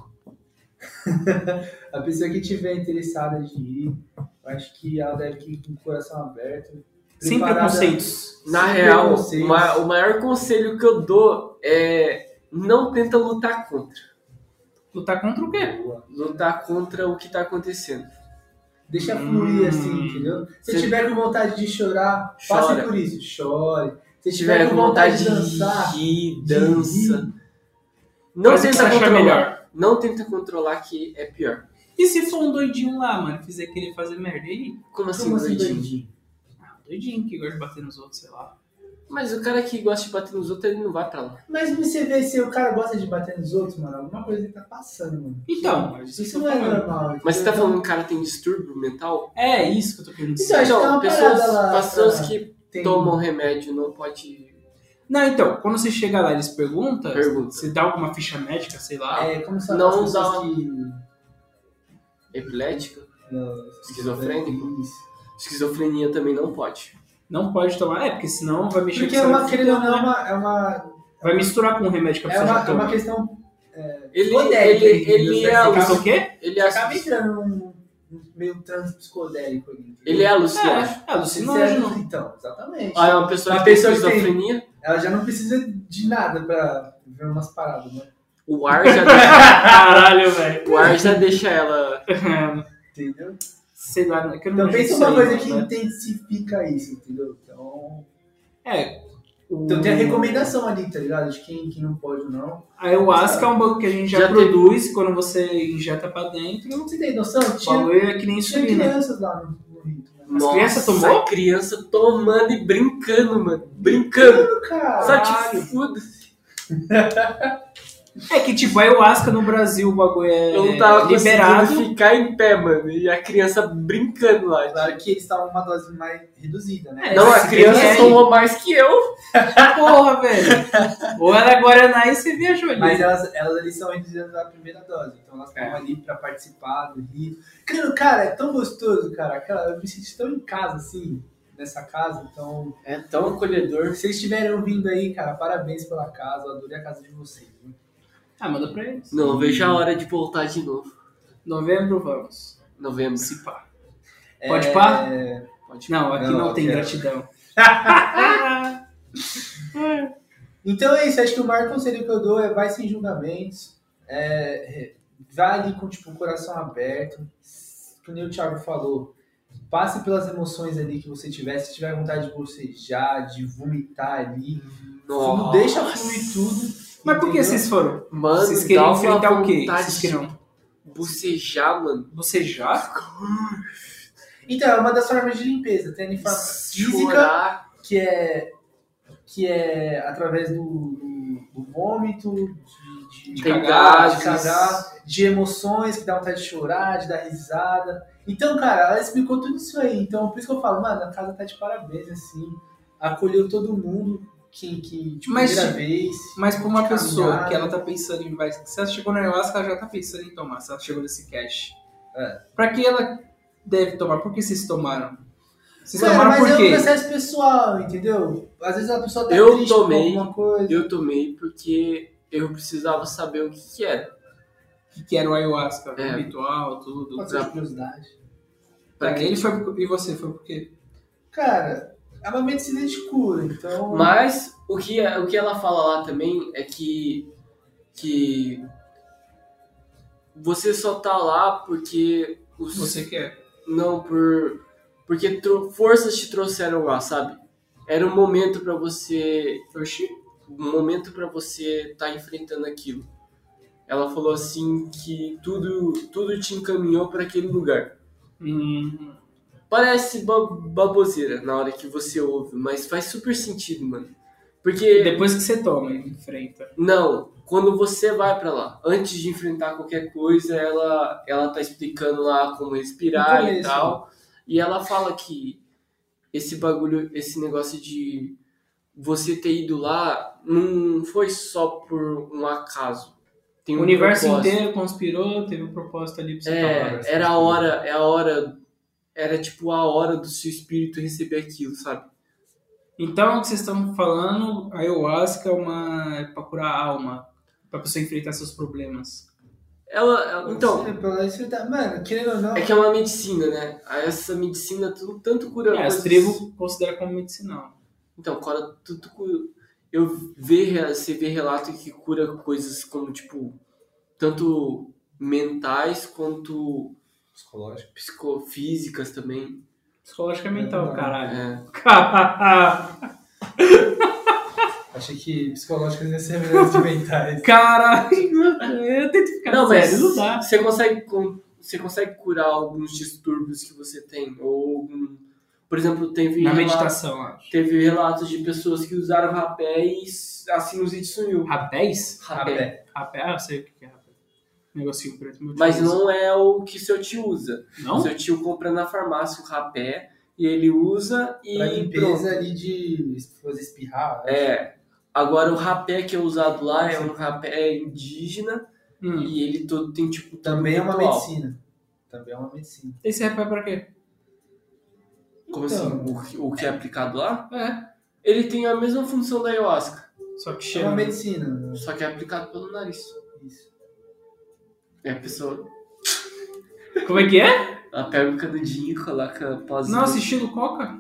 A pessoa que tiver interessada de ir, eu acho que ela deve ir com o coração aberto. Sem preconceitos. Na Sem real, preconceitos. o maior conselho que eu dou é não tenta lutar contra. Lutar contra o quê? Lutar contra o que tá acontecendo. Deixa fluir assim, entendeu? Se tiver com vontade de chorar, passe Chora. por isso, chore. Se Se tiver com vontade de dançar, rir, de dança. rir. Não Faz o que tenta você achar controlar. melhor. Não tenta controlar que é pior. E se for um doidinho lá, mano, fizer querer fazer merda, e aí? Como assim, Como assim, doidinho? doidinho? Doidinho que gosta de bater nos outros, sei lá. Mas o cara que gosta de bater nos outros, ele não vai pra lá. Mas você vê se o cara gosta de bater nos outros, mano, alguma coisa ele tá passando, mano. Então, mas Isso não é normal. Mas você tá entendeu? falando que o cara tem distúrbio mental? É isso que eu tô querendo dizer. Então, acho que é uma parada lá, pessoas cara. que Tem- tomam remédio não pode... Não, então, quando você chega lá e eles perguntam, Pergunta. você dá alguma ficha médica, sei lá. Como são Não as pessoas dá- que... Epilética? Não, Esquizofrênico? Isso. Esquizofrenia também não pode. Não pode tomar, porque senão vai mexer Porque com é o uma, seu querendo ou não, né? é uma... Vai misturar com o remédio que a pessoa já É toma. uma questão Ele psicodélica. é Acaba o quê? Ele Acaba é entrando num meio transpsicodélico ali. Ele é alucinógeno. É alucinógeno. Então, exatamente. Ah, é uma pessoa Uma que tem pessoa que tem- esquizofrenia, Ela já não precisa de nada pra ver umas paradas, né? o ar já deixa, Caralho, velho. o ar já deixa ela... Entendeu? Sei lá, é que eu não Então vejo pensa isso uma aí, coisa que né? intensifica isso, entendeu? Então tem a recomendação. recomendação ali, tá ligado? De quem não pode ou não. A ayahuasca é um bagulho que a gente já, Já produz quando você injeta pra dentro. Você tem noção? O Tinha bagulho é que nem tinha insulina. crianças lá no rito. Né? As crianças tomou? A criança tomando e brincando, mano. Brincando. Cara, Só Caralho. te foda-se. É que, tipo, a ayahuasca no Brasil, o bagulho é Eu não tava liberado. conseguindo ficar em pé, mano. E a criança brincando lá. claro que eles estavam numa dose mais reduzida, né? É, Não, a se criança quer- tomou mais que eu. Porra, velho. Ou ela é Guaraná e você viajou ali. Mas elas ali são reduzidas da primeira dose. Então elas estão ali pra participar do rito. Cara, é tão gostoso, cara. Eu me senti tão em casa, assim, nessa casa. Então, É tão acolhedor. se vocês estiverem ouvindo aí, cara, parabéns pela casa. Eu adorei a casa de vocês. Viu? Manda pra eles. Não vejo a hora de voltar de novo. Novembro, vamos. Novembro. Se pá. Pode pá? Pode. Não, aqui não tem quero. gratidão. Então é isso. Acho que o maior conselho que eu dou é vai sem julgamentos. Vai ali com tipo, o coração aberto. Como o Thiago falou. Passe pelas emoções ali que você tiver. Se tiver vontade de bocejar, de vomitar ali. Não deixa fluir tudo. Mas por que entendeu? vocês foram? Mano, Vocês queriam dá uma enfrentar o quê? vontade Vocês de queriam bocejar, mano. bocejar? Então, é uma das formas de limpeza. Tem a forma física, Chorar. que é através do vômito, de Tem cagar, gases. de emoções, que dá vontade de chorar, de dar risada. Então, cara, ela explicou tudo isso aí. Então, por isso que eu falo, mano, a casa tá de parabéns, assim. Acolheu todo mundo que de Mas, primeira vez. Mas pra uma de pessoa caminhada. que ela tá pensando em... Se ela chegou na ayahuasca, ela já tá pensando em tomar. Se ela chegou nesse cash. É. Pra que ela deve tomar? Por que vocês tomaram? Vocês Cara, tomaram mas por é um quê? processo pessoal, entendeu? Às vezes a pessoa tá Eu triste tomei. com alguma coisa. Eu tomei porque eu precisava saber o que era. O que era o ayahuasca? É. Ritual, tudo. Pode ser curiosidade. Pra ele foi e você foi por quê? Cara, é uma medicina de cura, então... Mas o que ela fala lá também é que você só tá lá porque Você quer. não porque forças te trouxeram lá, sabe? Era um momento pra você, Oxi. um momento para você estar enfrentando aquilo. Ela falou assim que tudo te encaminhou para aquele lugar. Parece baboseira na hora que você ouve, mas faz super sentido, mano. Porque Depois que você toma, enfrenta. não, quando você vai pra lá, antes de enfrentar qualquer coisa, ela tá explicando lá como respirar No e começo. tal. E ela fala que esse bagulho, esse negócio de você ter ido lá não foi só por um acaso. Tem O um universo propósito. inteiro conspirou, teve um propósito ali pra você estar lá. Era tipo a hora do seu espírito receber aquilo, sabe? Então, o que vocês estão falando, a ayahuasca é pra curar a alma, pra pessoa enfrentar seus problemas. Então, Mano, querendo ou não... é que é uma medicina, né? Essa medicina tanto cura As coisas... tribos consideram como medicinal. Então, cura tudo cura... Você vê relato que cura coisas como, tipo, tanto mentais quanto Psicológico. psicofísicas também. Psicológica e mental, Não. caralho. Achei que psicológicas iam ser melhores que mentais. Caralho, eu tento ficar Não, mas sério, não dá. você consegue curar alguns distúrbios que você tem. Ou algum... Por exemplo, Na meditação, acho. teve relatos de pessoas que usaram rapé e a sinusite sumiu. Rapés? Rapé. Rapé? Ah, eu sei o que é rapé. Negocinho preto. Meu tio Mas usa. não é o que seu tio usa. Não? Seu tio compra na farmácia o rapé e ele usa e Pra pronto. limpeza ali de fazer espirrar. Agora o rapé que é usado lá é um rapé indígena e ele todo tem tipo Também é uma ritual. medicina. Também é uma medicina. Esse rapé é pra quê? Como Então. assim? O que é aplicado lá? É. Ele tem a mesma função da ayahuasca, Só que É cheira. uma medicina. só que é aplicado pelo nariz. Isso. E a pessoa Como é que é? ela pega o canudinho, coloca pozinho. Nossa, estilo coca?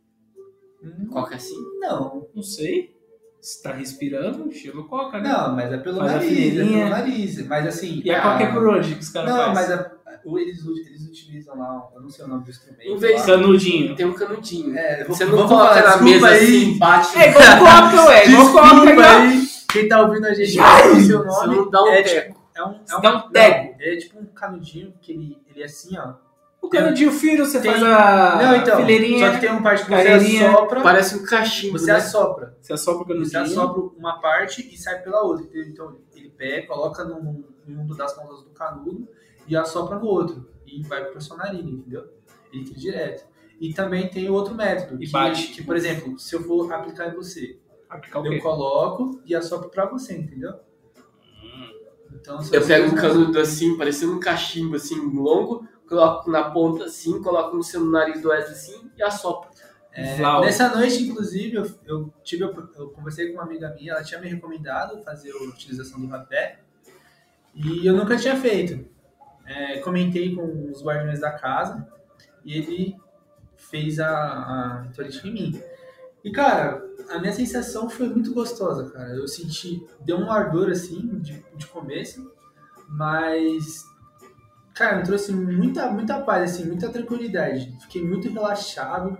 Qual que é assim? Não. Não sei. Você tá respirando, estilo coca, né? Não, mas é pelo Faz a nariz. É fileirinha. pelo nariz. Mas assim. E a coca é por onde que os caras Não, fazem? mas eles utilizam lá, eu não sei o nome do instrumento. Em vez- lá. Canudinho. Tem um canudinho. Você Você não coloca na mesa assim, bate. É igual coca, ué. Igual coca, Desculpa igual. aí, quem tá ouvindo a gente Ai, não sabe o seu Você nome. não dá um é, teco. É um Dá um teco. Não, ele é tipo um canudinho que ele é assim, ó. O canudinho fino, você Tem- faz a Não, então. fileirinha. Só que tem uma parte que você carreirinha. assopra. Parece um cachimbo, Você né? assopra. Você assopra o Você canudinho. assopra uma parte e sai pela outra. Entendeu? Então ele pega, coloca em um das pontas do canudo e assopra no outro. E vai pra sua narina, entendeu? Ele tira direto. E também tem o outro método. E bate. Que, por exemplo, se eu for aplicar em você, Aplicar o eu quê? coloco e assopro pra você, entendeu? Então, se Eu você pego um usa- canudo assim, parecendo um cachimbo assim, longo, coloco na ponta assim, coloco no seu nariz do Wesley assim e assopro. Vlau. Nessa noite, inclusive, eu conversei com uma amiga minha, ela tinha me recomendado fazer a utilização do rapé e eu nunca tinha feito. Comentei com os guardiões da casa e ele fez a ritualística em mim. E, cara, a minha sensação foi muito gostosa, cara. Eu senti, deu um ardor, assim, de começo, mas, cara, me trouxe muita paz, assim, muita tranquilidade. Fiquei muito relaxado.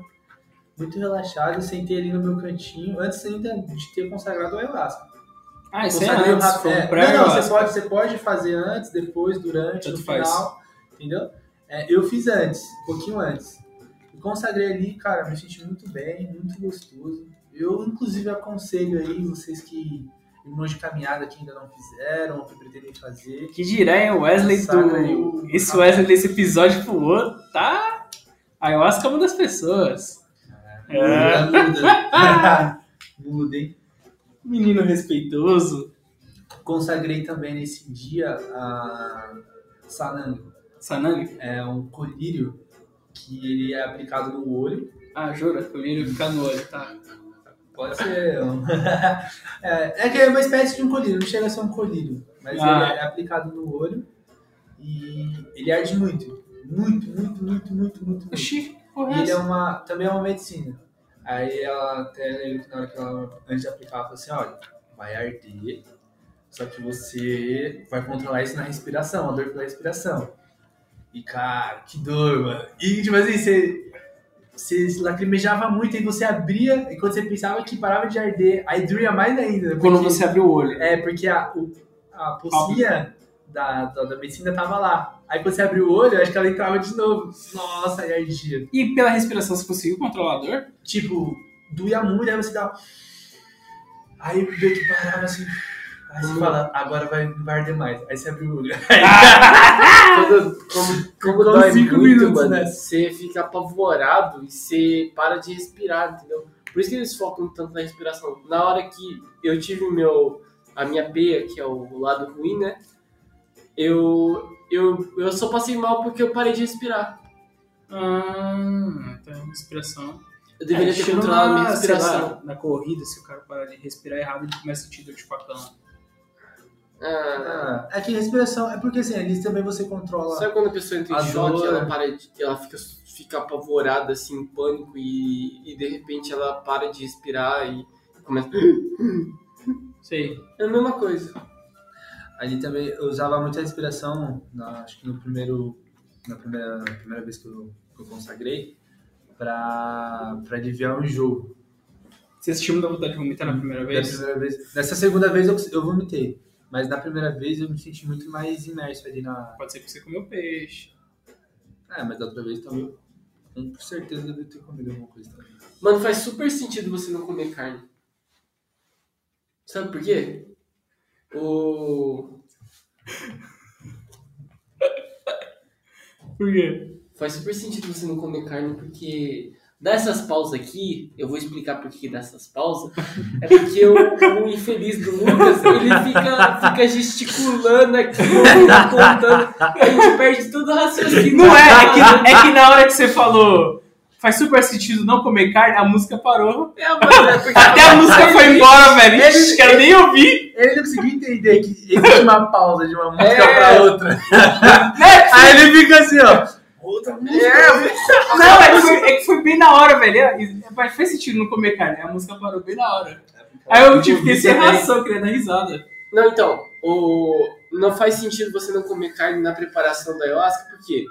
Eu sentei ali no meu cantinho, antes ainda de ter consagrado o ayahuasca. Ah, isso é Consagrei o antes, rapé. foi um Não, pré-ayahuasca. você pode fazer antes, depois, durante, Tanto no faz. final, entendeu? Eu fiz antes, um pouquinho antes. E consagrei ali, cara, me senti muito bem, muito gostoso. Eu, inclusive, aconselho aí vocês que irmãos de caminhada que ainda não fizeram, ou que pretendem fazer. Que dirá, hein? O Wesley Saca aí o Esse rapé. Wesley desse episódio pro outro, tá? Ayahuasca é uma das pessoas. Muda. Muda, hein? Menino respeitoso. Consagrei também nesse dia a Sanang. Sanang? É um colírio que ele é aplicado no olho Ah, jura? Colírio fica no olho, tá? Pode ser. É que é uma espécie de um colírio, não chega a ser um colírio. Mas ele é aplicado no olho e ele arde muito. Muito. Oxi, E ele também é uma medicina. Aí ela até na hora que ela, antes de aplicar, ela falou assim, olha, vai arder, só que você vai controlar isso na respiração, a dor pela respiração. E cara, que dor, mano. E tipo assim, você lacrimejava muito, aí você abria, e quando você pensava que parava de arder, aí doía mais ainda. Quando você abriu o olho. É, porque a pocinha da medicina tava lá. Aí quando você abriu o olho, acho que ela entrava de novo. Nossa, aí ardia. E pela respiração você conseguiu controlar a dor? Tipo, doía muito, aí você dá... Aí o que parava assim... Aí você fala, agora vai arder mais. Aí você abre o olho. Como dói 5 muito, minutos, mano, né? você fica apavorado e você para de respirar, entendeu? Por isso que eles focam tanto na respiração. Na hora que eu tive a minha peia, que é o lado ruim, né? Eu só passei mal porque eu parei de respirar. Então é respiração. Eu deveria ter controlado a minha respiração. Na corrida, se o cara parar de respirar errado, ele começa a sentir dor de facão. É que respiração... É porque assim, ali também você controla... Sabe quando a pessoa entra em a choque, dor. ela fica apavorada, assim, em pânico e de repente ela para de respirar e começa... Sei. É a mesma coisa. Ali também eu usava muita respiração, acho que na primeira vez que eu consagrei, pra aliviar o enjoo. Você sentiu muita vontade de vomitar na primeira vez? Nessa segunda vez eu vomitei, mas na primeira vez eu me senti muito mais imerso ali na... Pode ser que você comeu peixe. Mas da outra vez também, com certeza eu devo ter comido alguma coisa também. Mano, faz super sentido você não comer carne. Sabe por quê? Por quê? Faz super sentido você não comer carne porque dessas pausas aqui, eu vou explicar por que dessas pausas, é porque o infeliz do Lucas, ele fica gesticulando aqui, contando, a gente perde todo o raciocínio. Não é que na hora que você falou faz super sentido não comer carne, a música parou. Porque Até a música foi embora, velho. Ixi, quero nem ouvir. Ele não conseguiu entender que existe uma pausa de uma música pra outra. Aí ele fica assim, ó. Outra música. Não, é que foi bem na hora, velho. Mas faz sentido não comer carne. A música parou bem na hora. Aí eu tive que ser ração, queria dar risada. Não, então, não faz sentido você não comer carne na preparação da ayahuasca, porque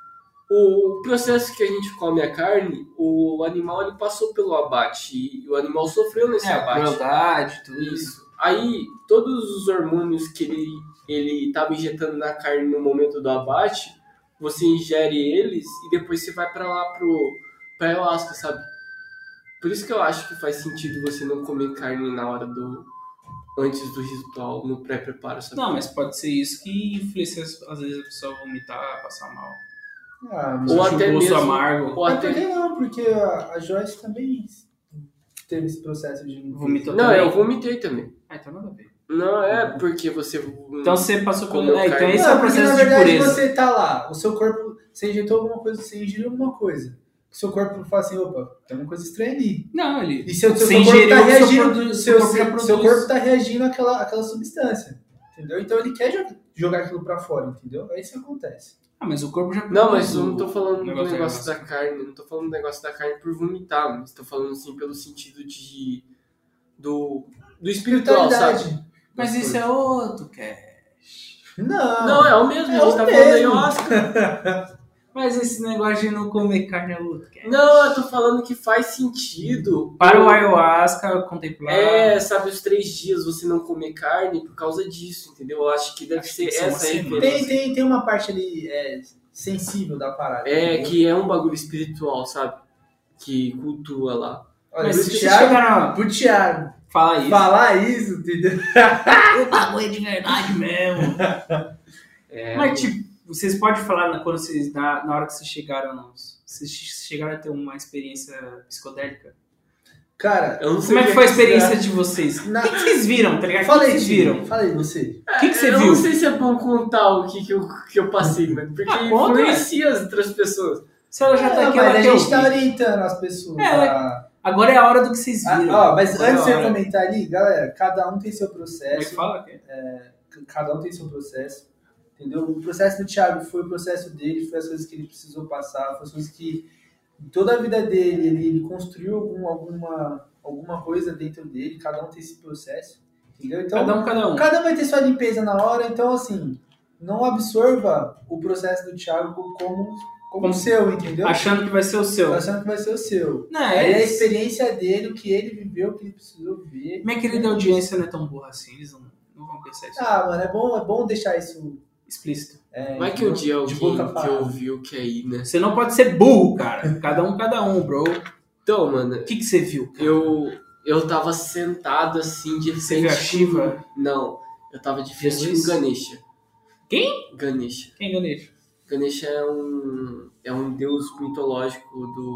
o processo que a gente come a carne, o animal ele passou pelo abate e o animal sofreu nesse abate. Crueldade, tudo Isso. Aí, todos os hormônios que ele estava injetando na carne no momento do abate, você ingere eles e depois você vai pra lá pra ayahuasca, sabe? Por isso que eu acho que faz sentido você não comer carne na hora antes do ritual, no pré-preparo, sabe? Não, mas pode ser isso que influencia às vezes a pessoa vomitar, passar mal. Ou até um gosto mesmo amargo. Ou até... Por que não? Porque a Joyce também teve esse processo de... Vomitou Não, também? eu vomitei também. Então nada a ver. Não, é porque você... Então você passou pelo... Comeu então carne. esse é o porque processo na de verdade pureza. você tá lá, o seu corpo, você injetou alguma coisa, você ingeriu alguma coisa. O seu corpo fala assim, opa, tem uma coisa estranha ali. Não, ele... E seu Você corpo ingeriu, tá seu reagindo, corpo já produz. seu corpo tá reagindo àquela substância. Entendeu? Então ele quer jogar aquilo pra fora, entendeu? É isso que acontece. Mas o corpo já... Não, mas eu não tô falando do negócio negócio da da carne. Não tô falando do negócio da carne por vomitar, mas tô falando assim pelo sentido do espiritual, sabe? Mas isso é outro, Cash. Não, é o mesmo, É a gente o tá mesmo. falando da ayahuasca. Mas esse negócio de não comer carne é outro, Cash. Não, eu tô falando que faz sentido. Para o ayahuasca contemplar... Sabe, os 3 dias você não comer carne por causa disso, entendeu? Eu acho que deve ser são uma essa a semana. referência. tem uma parte ali sensível da parada. Que é um bagulho espiritual, sabe? Que cultua lá. Olha, Mas pro se você Thiago, chegar pro Thiago Fala isso. falar isso, entendeu? O bagulho é de verdade mesmo. Mas, tipo, vocês podem falar quando vocês, na hora que vocês chegaram a ter uma experiência psicodélica? Cara, Eu não sei Como é o que foi a considerar. experiência de vocês? O que vocês viram, tá ligado? O que falei, vocês viram? Falei você. O que você Eu viu? não sei se é bom contar o que eu passei, mano. Porque conta, influencia as outras pessoas. Se ela já tá aqui, mas ela a quer gente tá ouvir. orientando as pessoas. Agora é a hora do que vocês viram. Mas Agora antes de é a eu hora. comentar ali, galera, cada um tem seu Como é que processo. fala? Cada um tem seu processo. Entendeu? O processo do Thiago foi o processo dele, foi as coisas que ele precisou passar, foi as coisas que toda a vida dele ele construiu alguma coisa dentro dele, cada um tem esse processo, entendeu? Então, Cada um. cada um vai ter sua limpeza na hora, então assim, não absorva o processo do Thiago como seu, entendeu? Achando que vai ser o seu. Achando que vai ser o seu. Não, Aí é a experiência dele, o que ele viveu, o que ele precisou ver. Minha querida audiência não é tão burra assim, eles não vão pensar isso. Mano, é bom deixar isso Explícito. Vai que um dia de boca alguém que falada. ouviu quer ir, né? Você não pode ser burro, cara. Cada um, bro. Então, mano, O que você viu, cara? eu tava sentado assim de frente. Você viu a Shiva? Não, eu tava de frente Jesus? com Ganesha. Quem? Ganesha. Quem, Ganesha? Ganesha é um deus mitológico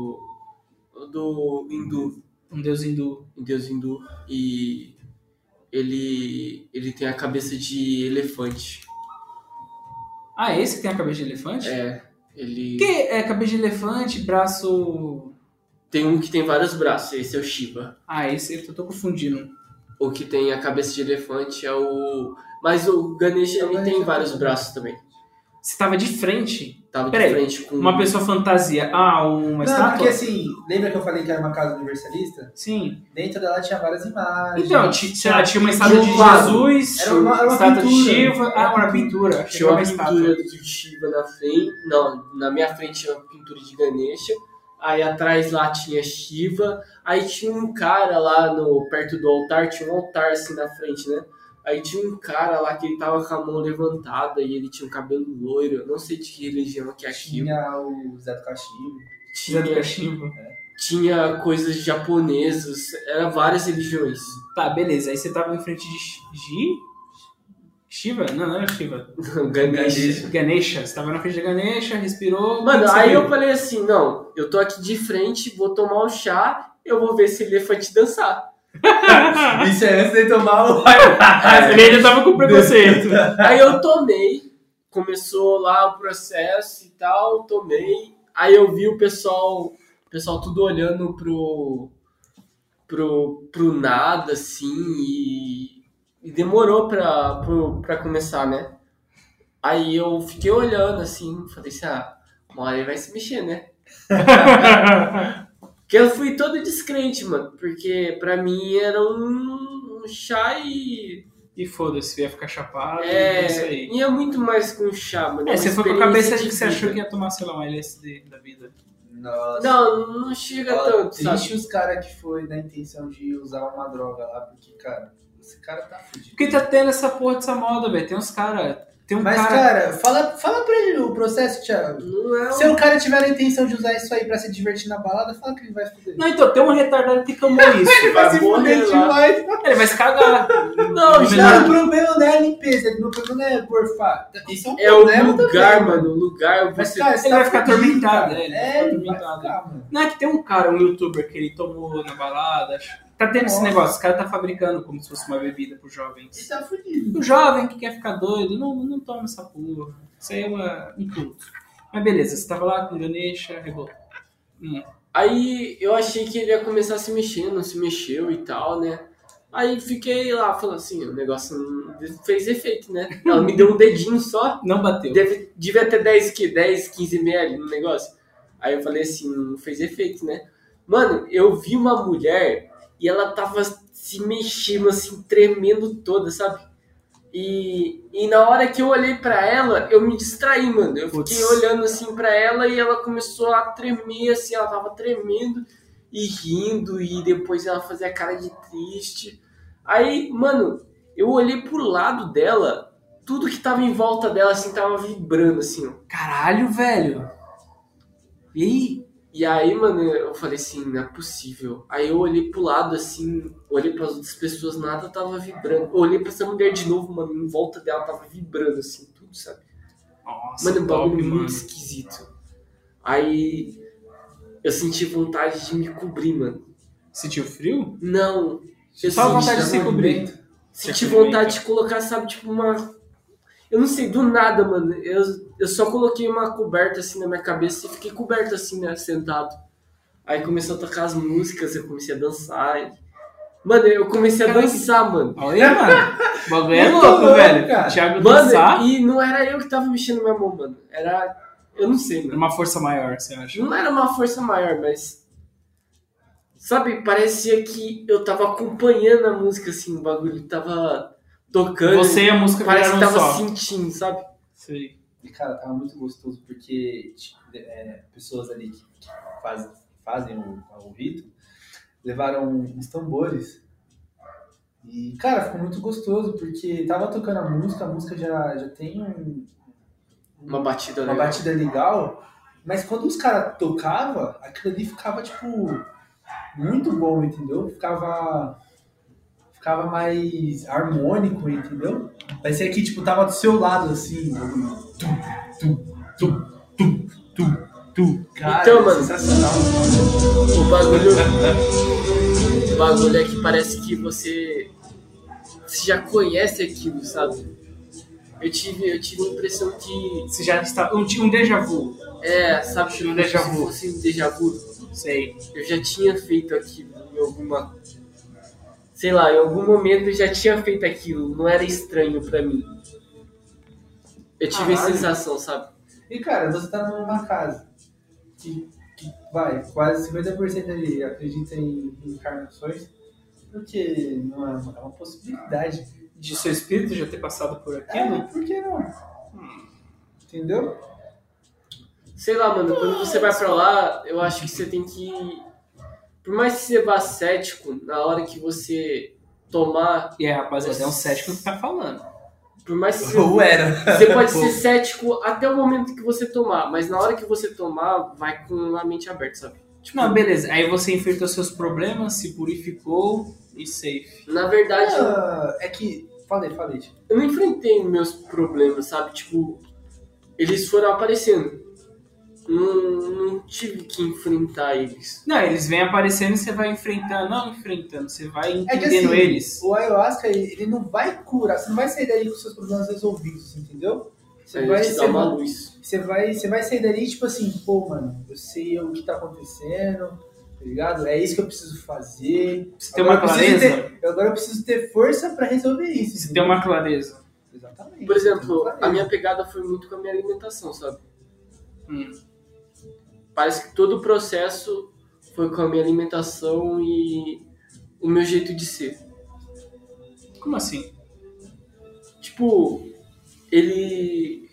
do hindu. Um deus hindu. Um deus hindu. E ele tem a cabeça de elefante. Ah, esse que tem a cabeça de elefante? Ele... Que é cabeça de elefante, braço... Tem um que tem vários braços, esse é o Shiva. Ah, esse eu tô confundindo. O que tem a cabeça de elefante é o... Mas o Ganesha, ele tem vários braços também. Você tava de frente? Tava de Peraí, frente com... uma pessoa fantasia. Uma Não, estátua? porque assim, lembra que eu falei que era uma casa universalista? Sim. Dentro dela tinha várias imagens. Então, tinha uma estátua de um quadro. Jesus, Era uma estátua de pintura. Shiva. Uma pintura. Achei que Tinha era uma estátua. pintura do Shiva na frente. Não, na minha frente tinha uma pintura de Ganesha. Aí atrás lá tinha Shiva. Aí tinha um cara lá perto do altar. Tinha um altar assim na frente, né? Aí tinha um cara lá que ele tava com a mão levantada e ele tinha um cabelo loiro. Eu não sei de que religião que é aquilo. Tinha o Zé do Cachimbo. Zé do Cachimbo. Tinha coisas japonesas. Eram várias religiões. Tá, beleza. Aí você tava em frente de Shiva? Não era Shiva. Ganesha. Ganesha. Você tava na frente de Ganesha, respirou. Mano, o que você aí viu? eu falei assim, não, eu tô aqui de frente, vou tomar um chá, eu vou ver esse elefante dançar. Isso é antes de tomar o... Ele já tava com preconceito. Aí eu tomei, começou lá o processo e tal, tomei, aí eu vi o pessoal tudo olhando pro nada, assim, e demorou pra começar, né? Aí eu fiquei olhando, assim, falei assim, uma hora ele vai se mexer, né? Porque eu fui todo descrente, mano, porque pra mim era um chá e... E foda-se, ia ficar chapado. É isso aí. Ia muito mais com chá, mano. Você foi com a experiência cabeça de que você vida. achou que ia tomar, sei lá, um LSD da vida. Nossa. Não chega tanto, sabe? Triste os caras que foi na intenção de usar uma droga lá, porque, cara, esse cara tá fudido. Porque tá tendo essa porra dessa moda, velho. Tem uns caras... Tem um Mas, cara, fala pra ele o processo, Thiago. Não é Se o cara tiver a intenção de usar isso aí pra se divertir na balada, fala que ele vai se fuder. Não, então, tem um retardado que tomou isso. Ele vai se morrer fuder lá. demais. Ele vai se cagar. Não, Não, o problema não é a limpeza, o problema não é gorfar. Isso É um o problema lugar, também, mano. O lugar Mas, você... cara, você Ele tá vai ficar fudido, atormentado, cara. né? Ele vai ficar Ele vai atormentado. ficar, mano. Não é que tem um cara, um youtuber, que ele tomou na balada. Tá tendo esse Nossa. negócio, os caras tá fabricando como se fosse uma bebida pros jovens. Ele tá fudido. O jovem que quer ficar doido, não toma essa porra. Isso aí é um culto. Mas beleza, você tava lá com o Ganesha, rebolou. Aí eu achei que ele ia começar a se mexer, não se mexeu e tal, né? Aí fiquei lá falando assim, o negócio não fez efeito, né? Ela me deu um dedinho só, Não bateu. devia ter 10, 15 ml no negócio. Aí eu falei assim, não fez efeito, né? Mano, eu vi uma mulher e ela tava se mexendo assim, tremendo toda, sabe? E na hora que eu olhei pra ela, eu me distraí, mano. Eu fiquei Putz. olhando assim pra ela e ela começou a tremer, assim, ela tava tremendo e rindo, e depois ela fazia cara de triste. Aí, mano, eu olhei pro lado dela, tudo que tava em volta dela, assim, tava vibrando, assim, ó. Caralho, velho. E aí? E aí, mano, eu falei assim, não é possível. Aí eu olhei pro lado, assim, olhei pras outras pessoas, nada tava vibrando. Eu olhei pra essa mulher de novo, mano, em volta dela tava vibrando, assim, tudo, sabe? Nossa, Mano, um bagulho top, muito esquisito. Aí eu senti vontade de me cobrir, mano. Sentiu frio? Não. Eu Só senti- vontade de se cobrir. Senti vontade de colocar, sabe, tipo uma... Eu não sei, do nada, mano. Eu só coloquei uma coberta assim na minha cabeça e fiquei coberto assim, né, sentado. Aí começou a tocar as músicas, eu comecei a dançar. Mano, eu comecei a dançar, mano. Olha, mano. O bagulho é Muito louco, louco, velho. cara. Thiago Mano, dançar e não era eu que tava mexendo minha mão, mano. Era... Eu não sei, é mano. uma força maior, você acha? Não era uma força maior, mas... Sabe, parecia que eu tava acompanhando a música, assim, o bagulho tava tocando. Você e a música Parece que viraram tava só. sentindo, sabe? Sei. E, cara, tava muito gostoso, porque tipo, pessoas ali que fazem o rito levaram uns tambores. E, cara, ficou muito gostoso, porque tava tocando a música já tem Uma batida uma legal. batida legal, mas quando os caras tocavam, aquilo ali ficava, tipo, muito bom, entendeu? Ficava mais harmônico, entendeu? Parecia que, tipo, tava do seu lado, assim, Cara, Então, mano, sensacional. O bagulho é que parece que você já conhece aquilo, sabe? Eu tive a impressão que... Você já está... Um déjà vu. sabe? Tipo um déjà vu. Se fosse um déjà vu. Sei. Eu já tinha feito aquilo em alguma... Sei lá, em algum momento eu já tinha feito aquilo. Não era estranho pra mim. Eu tive a Caralho. sensação, sabe? E, cara, você tá numa casa que vai, quase 50% ali acredita em reencarnações, porque não é uma possibilidade. De seu espírito já ter passado por aquilo? Por que não? Entendeu? Sei lá, mano, quando você vai pra lá, eu acho que você tem que... Por mais que você vá cético, na hora que você tomar... E aí, rapaziada, é um cético que tá falando. Por mais que Ou era. você pode ser cético até o momento que você tomar, mas na hora que você tomar, vai com a mente aberta, sabe? Tipo, Não, beleza. Aí você enfrentou seus problemas, se purificou e safe. na verdade, É que... Falei. Tipo, eu não enfrentei meus problemas, sabe? Tipo, eles foram aparecendo. Não tive que enfrentar eles. Não, eles vêm aparecendo e você vai enfrentando. Não enfrentando, você vai é que entendendo assim, eles. o ayahuasca, ele não vai curar, você não vai sair daí com seus problemas resolvidos, entendeu? Aí ele te dá uma luz. Você vai sair dali, tipo assim, pô, mano, eu sei o que tá acontecendo, tá ligado? É isso que eu preciso fazer. Você tem uma Agora eu preciso clareza? agora eu preciso ter força pra resolver isso. Você tem entendeu? uma clareza. Exatamente. Por exemplo, Clareza. a minha pegada foi muito com a minha alimentação, sabe? Hum. Parece que todo o processo foi com a minha alimentação e o meu jeito de ser. Como assim? Tipo, ele...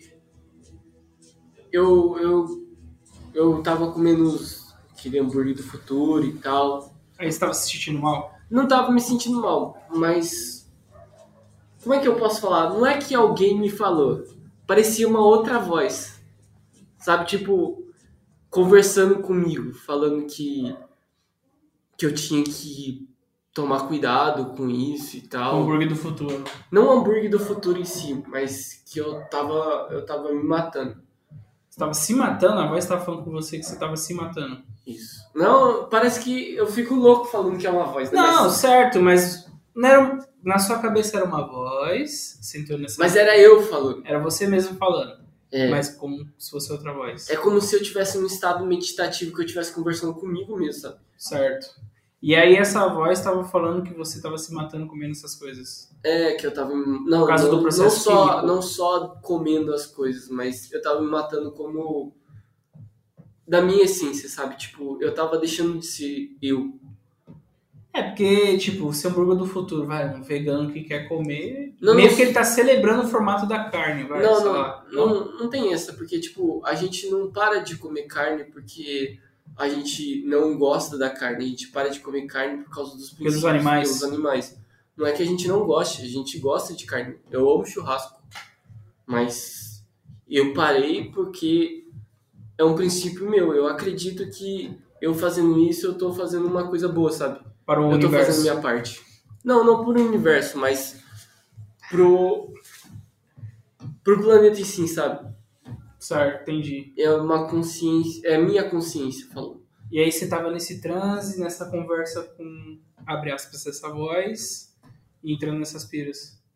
Eu tava comendo aquele hambúrguer do futuro e tal. Aí você tava se sentindo mal? Não tava me sentindo mal, mas... Como é que eu posso falar? Não é que alguém me falou. Parecia uma outra voz. Sabe, tipo... Conversando comigo, falando que eu tinha que tomar cuidado com isso e O tal. hambúrguer do futuro. Não o hambúrguer do futuro em si, mas que eu tava me matando. Você tava se matando? A voz tava falando com você que você tava se matando. Isso. Não, parece que eu fico louco falando que é uma voz, né? Não, certo, mas não era, na sua cabeça era uma voz, sentou nessa... Mas era eu falando. Era você mesmo falando, É. mas como se fosse outra voz. É como se eu tivesse num estado meditativo, que eu estivesse conversando comigo mesmo, sabe? Certo. E aí essa voz tava falando que você tava se matando comendo essas coisas. É, que eu tava... Não, Por causa do processo químico. não só comendo as coisas, mas eu tava me matando como... Da minha essência, sabe? Tipo, eu tava deixando de ser eu. É, porque, tipo, o seu hambúrguer do futuro, vai, um vegano que quer comer, Não, meio não- que ele tá celebrando o formato da carne, vai, sei lá. Não tem essa, porque, tipo, a gente não para de comer carne porque a gente não gosta da carne, a gente para de comer carne por causa dos Porque dos princípios animais. dos animais. Não é que a gente não goste, a gente gosta de carne. Eu amo churrasco, mas eu parei porque é um princípio meu. Eu acredito que eu fazendo isso, eu tô fazendo uma coisa boa, sabe? Para o Eu tô universo. fazendo minha parte. Não pro universo, mas pro planeta em si, sabe? Certo, entendi. É uma consciência, é a minha consciência falando. E aí você tava nesse transe, nessa conversa com, abre aspas, essa voz, e entrando nessas piras.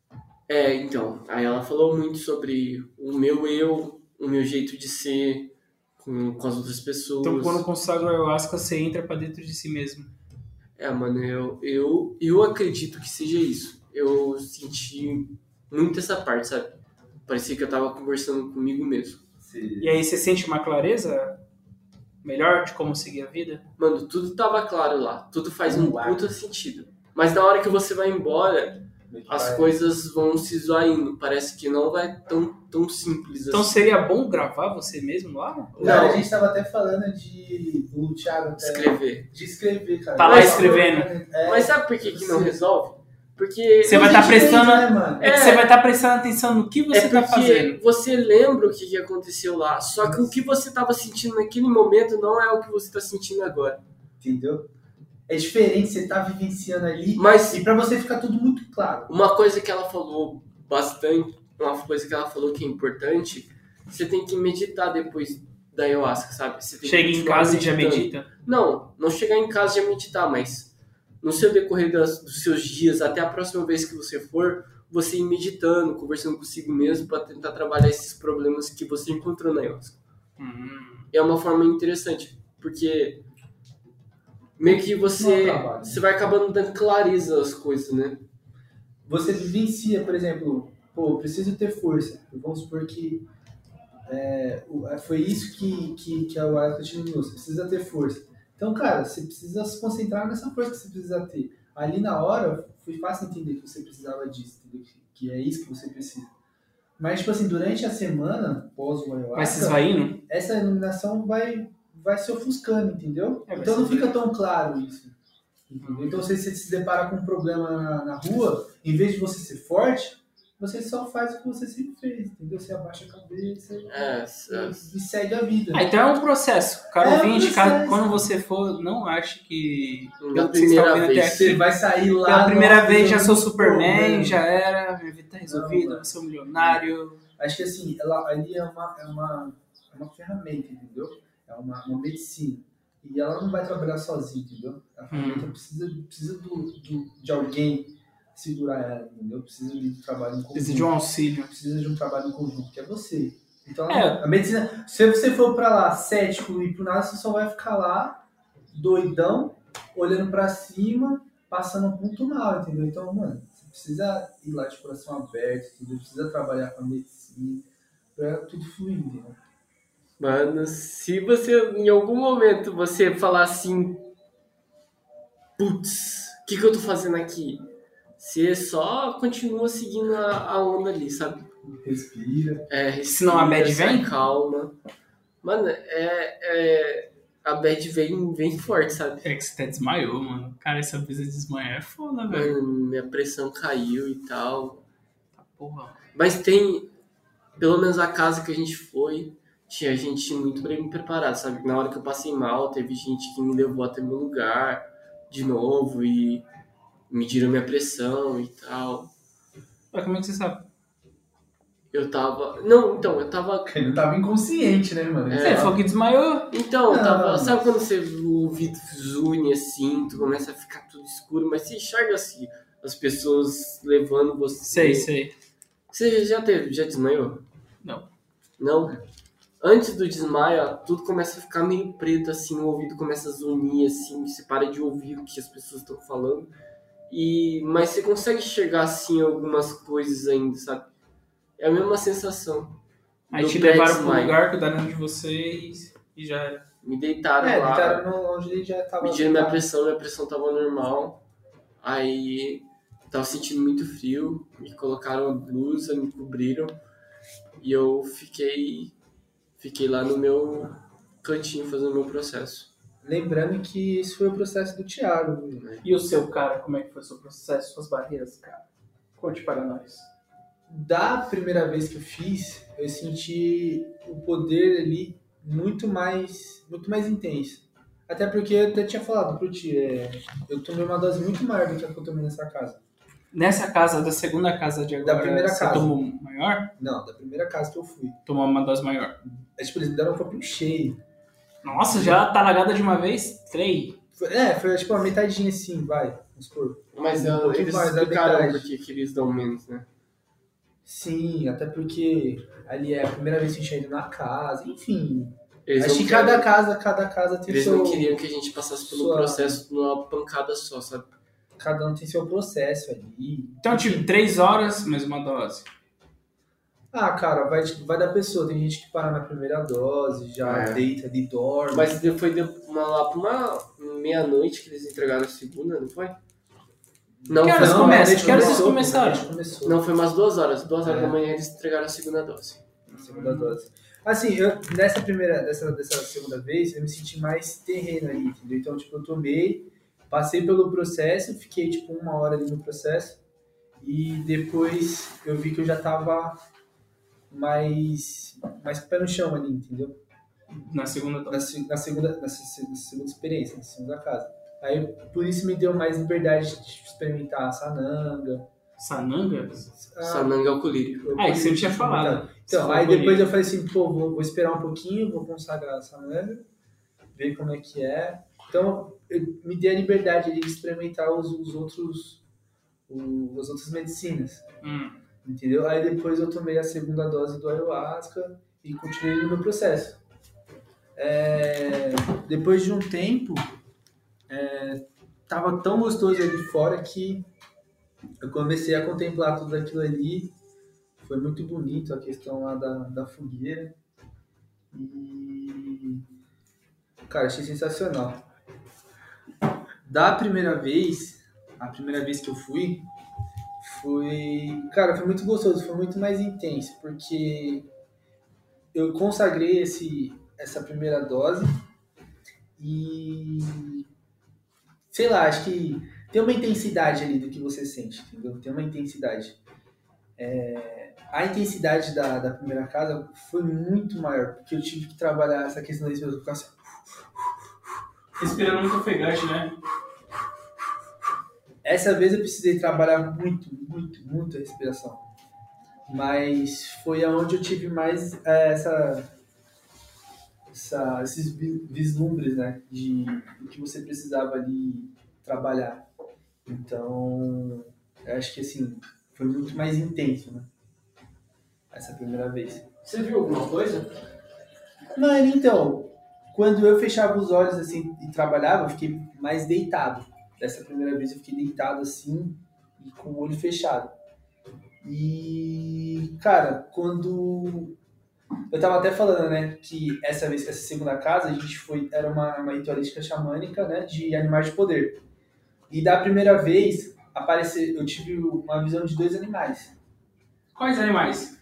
Então, aí ela falou muito sobre o meu eu, o meu jeito de ser com as outras pessoas. Então, quando consagra a ayahuasca, você entra pra dentro de si mesmo. Mano, eu acredito que seja isso. Eu senti muito essa parte, sabe? Parecia que eu tava conversando comigo mesmo. E aí você sente uma clareza melhor de como seguir a vida? Mano, tudo tava claro lá. Tudo faz um puta sentido. Mas na hora que você vai embora, as coisas vão se esvaindo. Parece que não vai tão simples Então assim. seria bom gravar você mesmo lá? Cara, a gente tava até falando o Thiago até Escrever. de escrever, cara. Tá lá escrevendo. Mas sabe por que não resolve? Porque Você vai estar prestando... né, mano? É que você vai estar prestando atenção no que você tá fazendo. porque você lembra o que aconteceu lá. Só que o que você tava sentindo naquele momento não é o que você tá sentindo agora. Entendeu? É diferente, você tá vivenciando ali. Mas E pra você ficar tudo muito claro. uma coisa que ela falou bastante, uma coisa que ela falou que é importante, você tem que meditar depois da ayahuasca, sabe? Você tem Chega que em continuar casa e já meditando. medita? Não chegar em casa e já meditar, mas no seu decorrer dos seus dias, até a próxima vez que você for, você ir meditando, conversando consigo mesmo para tentar trabalhar esses problemas que você encontrou na ayahuasca. É uma forma interessante, porque meio que você vai acabando dando clareza às coisas, né? Você vivencia, por exemplo, eu preciso ter força. Vamos supor que foi isso que a ayahuasca te ensinou. Você precisa ter força. Então, cara, você precisa se concentrar nessa força que você precisa ter. Ali na hora, foi fácil entender que você precisava disso, entendeu? Que é isso que você precisa. Mas, tipo assim, durante a semana, pós o ayahuasca, Vai se esvaindo? essa iluminação vai se ofuscando, entendeu? Vai Então não se fica tão claro isso. Entendeu? Então, se você se depara com um problema na rua, em vez de você ser forte, você só faz o que você sempre fez, entendeu? Você abaixa a cabeça e segue a vida. Então é um processo. Cara, É um ouvinte, processo. quando você for, não ache que... Da vocês estão primeira ouvindo até vez. aqui. Você vai sair lá... Pela primeira nossa, vez já sou muito Superman, problema. já era, minha vida tá resolvida, Não, vou ser um milionário. Acho que assim, ela ali é uma ferramenta, entendeu? É uma medicina. E ela não vai trabalhar sozinha, entendeu? A ferramenta precisa de alguém segurar ela, entendeu? Precisa de trabalho em conjunto. Precisa de um auxílio. Precisa de um trabalho em conjunto, que é você. Então, É. a medicina... Se você for pra lá cético e pro nada, você só vai ficar lá, doidão, olhando pra cima, passando um ponto mal, entendeu? Então, mano, você precisa ir lá de coração aberto, entendeu? Precisa trabalhar com a medicina pra tudo fluir, entendeu? Mano, se você, em algum momento, você falar assim, putz, o que eu tô fazendo aqui? Você só continua seguindo a onda ali, sabe? Respira. Senão a bad vem? Calma. Mano, a bad vem forte, sabe? É que você até desmaiou, mano. Cara, essa brisa de desmaiar é foda, velho. Mano, minha pressão caiu e tal. Tá porra. Mas tem, pelo menos a casa que a gente foi, tinha gente muito bem preparada, sabe? Na hora que eu passei mal, teve gente que me levou até meu lugar de novo e mediram minha pressão e tal. Mas como é que você sabe? Eu tava... Não, então, eu tava... Ele não tava inconsciente, né, mano? Você falou que desmaiou. Então, eu tava... Não. Sabe quando você o vidro zune assim, tu começa a ficar tudo escuro, mas você enxerga assim, as pessoas levando você... Sei. Você já desmaiou? Não. Não? Antes do desmaio, ó, tudo começa a ficar meio preto, assim, o ouvido começa a zunir, assim, você para de ouvir o que as pessoas estão falando. Mas você consegue enxergar, assim, algumas coisas ainda, sabe? É a mesma sensação. Aí do te levaram pro pré-desmaio. lugar, cuidaram de vocês e já era. Me deitaram lá, deitaram onde ele já tava... mediram minha pressão tava normal. Aí, tava sentindo muito frio, me colocaram a blusa, me cobriram. E eu fiquei lá no meu cantinho fazendo o meu processo. Lembrando que isso foi o processo do Thiago. Né? E o seu, cara, como é que foi o seu processo, suas barreiras, cara? Conte para nós. Da primeira vez que eu fiz, eu senti o poder ali muito mais intenso. Até porque eu até tinha falado pro tio, eu tomei uma dose muito maior do que a que eu tomei nessa casa. Nessa casa, da segunda casa de agora, Da primeira você casa. tomou maior? Não, da primeira casa que eu fui. Tomou uma dose maior. Tipo, eles me deram um copinho cheio. Nossa, já tá lagada de uma vez? 3. Foi tipo uma metadinha assim, vai. Vamos supor. Mas Um pouquinho eles mais da explicaram metade. porque que eles dão menos, né? Sim, até porque ali é a primeira vez que a gente tinha ido na casa, enfim. Eles Acho não que queriam- cada casa tem Eles seu... não queriam que a gente passasse pelo sua- processo numa pancada só, sabe? Cada um tem seu processo ali. Então, tipo, 3 horas, mais uma dose. Ah, cara, vai da pessoa. Tem gente que para na primeira dose, já deita ali, dorme. Mas foi lá pra uma meia-noite que eles entregaram a segunda, não foi? Não, Que horas foi, começa? desde Que horas vocês começou, começaram? desde começou. não, foi umas 2 horas. 2 horas É. da manhã eles entregaram a segunda dose. Segunda dose. Assim, dessa segunda vez, eu me senti mais terreno ali, entendeu? Então, tipo, eu tomei, passei pelo processo, fiquei, tipo, 1 hora ali no processo, e depois eu vi que eu já tava mais pé no chão ali, entendeu? Na segunda dose. Na segunda experiência, na segunda casa. Aí, por isso me deu mais liberdade de experimentar a sananga. Sananga? Sananga é o colírio. Ah, isso você não tinha falado. Então, Você aí falou depois bonito. eu falei assim, pô, vou esperar um pouquinho, vou consagrar essa sananga, ver como é que é. Então, eu me dei a liberdade ali de experimentar as outras medicinas, entendeu? Aí depois eu tomei a segunda dose do ayahuasca e continuei no meu processo. Depois de um tempo, tava tão gostoso ali fora que eu comecei a contemplar tudo aquilo ali. Foi muito bonito a questão lá da fogueira. E, cara, achei sensacional. A primeira vez que eu fui, cara, foi muito gostoso, foi muito mais intenso, porque eu consagrei essa primeira dose e, sei lá, acho que tem uma intensidade ali do que você sente, entendeu? Tem uma intensidade. A intensidade da primeira casa foi muito maior, porque eu tive que trabalhar essa questão da respiração. Respirando muito ofegante, né? Essa vez eu precisei trabalhar muito a respiração. Mas foi aonde eu tive mais esses vislumbres, né? Do que você precisava ali trabalhar. Então, eu acho que assim, foi muito mais intenso, né? Essa primeira vez. Você viu alguma coisa? Mano, então, quando eu fechava os olhos assim e trabalhava, eu fiquei mais deitado. Dessa primeira vez eu fiquei deitado assim e com o olho fechado. E, cara, quando... Eu tava até falando, né, que essa segunda casa, a gente era uma ritualística xamânica, né, de animais de poder. E da primeira vez, eu tive uma visão de 2 animais. Quais animais?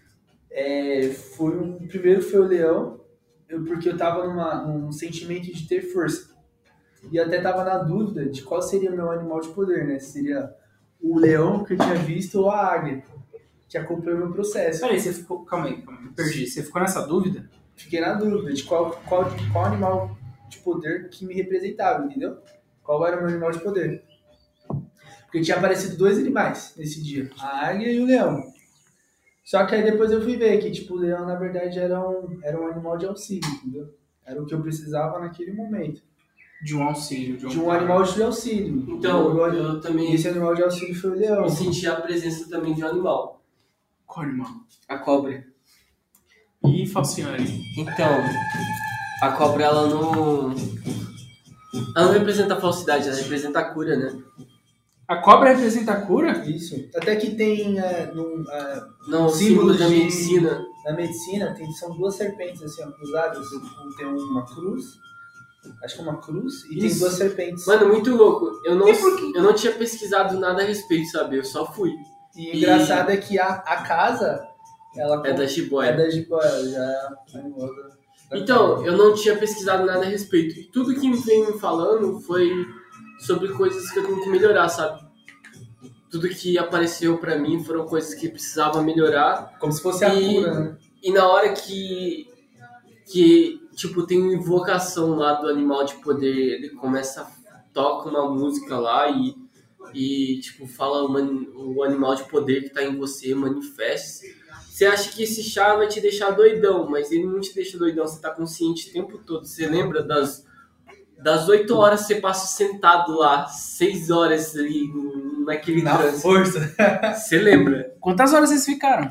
O primeiro foi o leão, porque eu tava num sentimento de ter força. E eu até tava na dúvida de qual seria o meu animal de poder, né? Se seria o leão que eu tinha visto ou a águia, que acompanhou o meu processo. Peraí, você ficou... Calma aí, me perdi. Você ficou nessa dúvida? Fiquei na dúvida de qual animal de poder que me representava, entendeu? Qual era o meu animal de poder. Porque tinha aparecido 2 animais nesse dia, a águia e o leão. Só que aí depois eu fui ver que, tipo, o leão, na verdade, era um animal de auxílio, entendeu? Era o que eu precisava naquele momento. De um auxílio. De um animal de auxílio. Então, eu também E esse animal de auxílio foi o leão. eu senti a presença também de um animal. Qual animal? A cobra. Ih, Falciane. Então, a cobra, ela não representa a falsidade, ela representa a cura, né? A cobra representa a cura? Isso. Até que tem Não, o símbolo da de- medicina. na medicina, são 2 serpentes assim, ó, cruzadas. Tem uma cruz, acho que é uma cruz, e tem Isso. 2 serpentes. Mano, muito louco. Eu E por quê? não tinha pesquisado nada a respeito, sabe? Eu só fui. E o engraçado é que a casa, ela É da jiboia. é da jiboia, já é animal da Então, cobra. eu não tinha pesquisado nada a respeito. E tudo que me vem me falando foi sobre coisas que eu tenho que melhorar, sabe? Tudo que apareceu pra mim foram coisas que precisava melhorar. Como se fosse a cura, né? E na hora que tipo, tem uma invocação lá do animal de poder, ele toca uma música lá e tipo, fala o animal de poder que tá em você, manifeste. Você acha que esse chá vai te deixar doidão, mas ele não te deixa doidão, você tá consciente o tempo todo. Você lembra das 8 horas que você passa sentado lá, 6 horas ali naquele Na trânsito. força. Você lembra? Quantas horas vocês ficaram?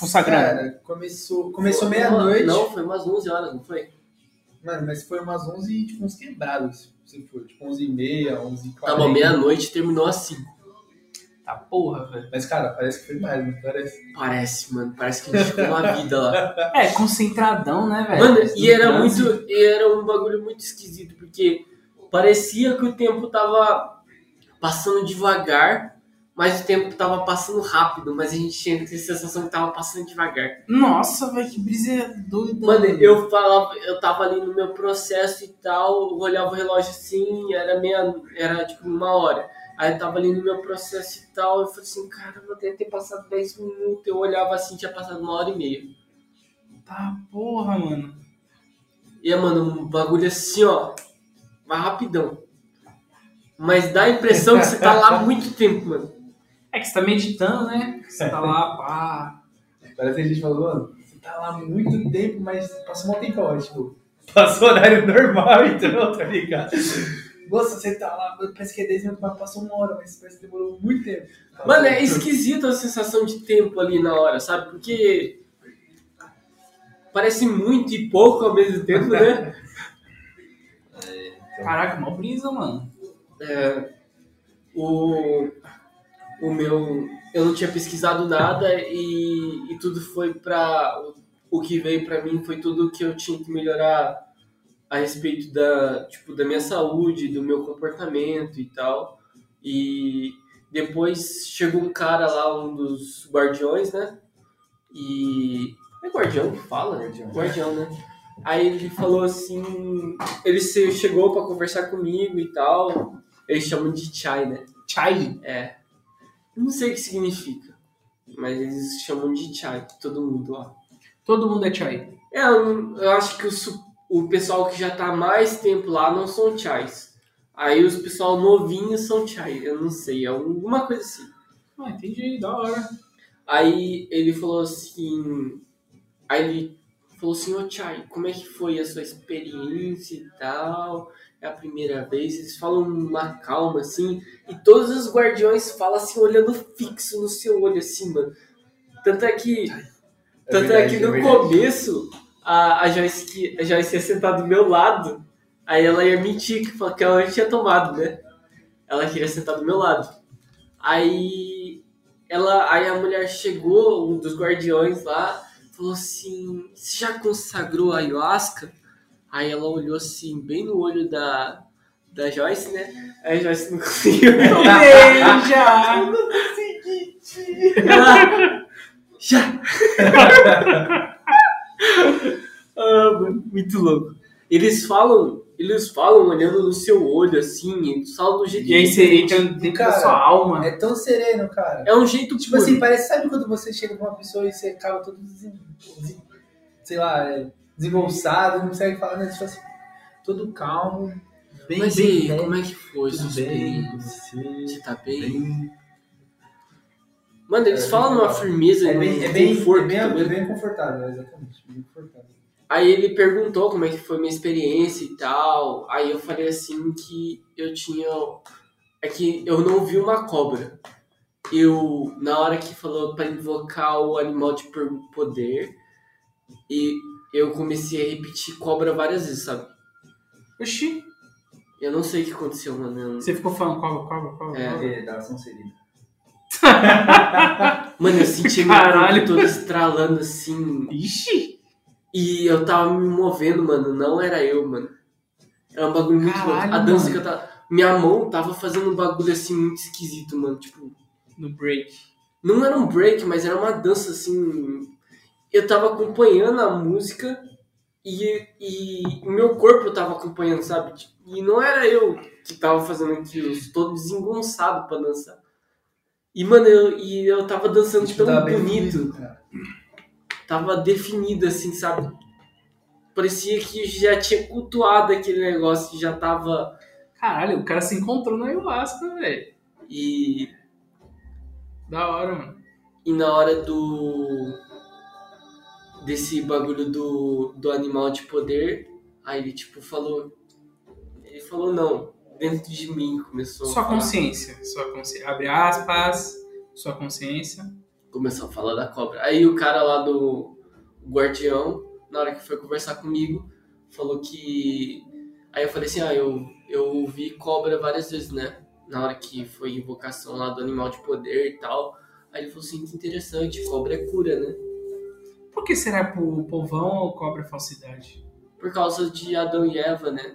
consagrando. Cara, começou meia-noite. Não, foi umas 11 horas, não foi? Mano, mas foi umas 11 e tipo uns quebrados. Se for, tipo 11h30, 11h40. Tá bom, meia-noite terminou às 5. Tá porra, velho. Mas, cara, parece que foi mais, não parece? Parece, mano. Parece que a gente ficou uma vida lá. É, concentradão, né, velho? Mano, No e era trânsito. era um bagulho muito esquisito, porque parecia que o tempo tava passando devagar, mas o tempo tava passando rápido, mas a gente tinha a sensação que tava passando devagar. Nossa, velho, que brisa doida. Mano, eu tava ali no meu processo e tal, eu olhava o relógio assim, era tipo 1 hora. Aí eu tava ali no meu processo e tal, eu falei assim, caramba, deve ter passado 10 minutos. Eu olhava assim, tinha passado 1h30. Tá porra, mano. E, mano, um bagulho assim, ó, vai rapidão. Mas dá a impressão que você tá lá há muito tempo, mano. É que você tá meditando, né? Você tá lá, pá. Parece que a gente falou, mano, você tá lá há muito tempo, mas passou um tempão, ó, tipo, passou horário normal, então, tá ligado? Nossa, você tá lá, parece que é 10 minutos, mas passou 1 hora, mas parece que demorou muito tempo. Mano, é esquisito a sensação de tempo ali na hora, sabe? Porque parece muito e pouco ao mesmo tempo, né? Caraca, mó brisa, mano. O meu... Eu não tinha pesquisado nada e tudo foi pra... O que veio pra mim foi tudo que eu tinha que melhorar a respeito da minha saúde, do meu comportamento e tal. E depois chegou um cara lá, um dos guardiões, né? E... É guardião que fala? Guardião, né? Aí ele falou assim... Ele chegou pra conversar comigo e tal. Eles chamam de Chai, né? Chai. É. Eu não sei o que significa. Mas eles chamam de Chai, todo mundo lá. Todo mundo é chai. Eu acho que o pessoal que já tá há mais tempo lá não são Chais. Aí os pessoal novinhos são Chai. Eu não sei, é alguma coisa assim. Ah, entendi, da hora. Aí ele falou assim... ô Chai, como é que foi a sua experiência e tal? É a primeira vez? Eles falam uma calma, assim, e todos os guardiões falam assim, olhando fixo no seu olho, assim, mano. Tanto é que no começo, a Joyce ia sentar do meu lado, aí ela ia mentir, que ela já tinha tomado, né? Ela queria sentar do meu lado. Aí a mulher chegou, um dos guardiões lá, falou assim, você já consagrou a ayahuasca? Aí ela olhou assim, bem no olho da Joyce, né? Aí a Joyce não conseguiu. Beija! Eu não consegui. Ela, já! Mano, muito louco. Eles falam olhando no seu olho, assim, eles falam do jeito E aí você diferente. entra dentro Cara, da sua alma. É tão sereno, cara. É um jeito Tipo assim, parece, sabe quando você chega com uma pessoa e você acaba todo, sei lá, desembolsado, não consegue falar, né? Tipo assim, todo calmo, bem, Mas bem e aí, leve, como é que foi sua tudo bem, experiência? Você tá bem? bem. Mano, eles falam numa firmeza, É num bem conforto também. bem confortável, exatamente, bem confortável. Aí ele perguntou como é que foi minha experiência e tal. Aí eu falei assim que eu tinha... É que eu não vi uma cobra. Na hora que falou pra invocar o animal de poder, e eu comecei a repetir cobra várias vezes, sabe? Oxi. Eu não sei o que aconteceu, mano. Você ficou falando cobra. É. Da Sonserina. Mano, eu senti meu Caralho. corpo todo estralando assim. Ixi. E eu tava me movendo, mano. Não era eu, mano. Era um bagulho muito louco. Caralho, A dança mano. que eu tava... Minha mão tava fazendo um bagulho assim muito esquisito, mano. Tipo, No break. não era um break, mas era uma dança assim. Eu tava acompanhando a música e o meu corpo tava acompanhando, sabe? E não era eu que tava fazendo aquilo. Eu tô desengonçado pra dançar. E, mano, eu tava dançando Tipo, tão tava bem bonito. fluido, cara. Tava definido, assim, sabe? Parecia que já tinha cultuado aquele negócio, já tava... Caralho, o cara se encontrou na ayahuasca, velho. E Da hora, mano. na hora desse bagulho do animal de poder, aí ele, tipo, falou... Ele falou, não, dentro de mim começou Sua a falar. consciência. Abre aspas. Sua consciência. Começou a falar da cobra. Aí o cara lá do guardião, na hora que foi conversar comigo, falou que... Aí eu falei assim, eu vi cobra várias vezes, né? Na hora que foi invocação lá do animal de poder e tal. Aí ele falou assim, que interessante, cobra é cura, né? Por que será pro povão ou cobra é falsidade? Por causa de Adão e Eva, né?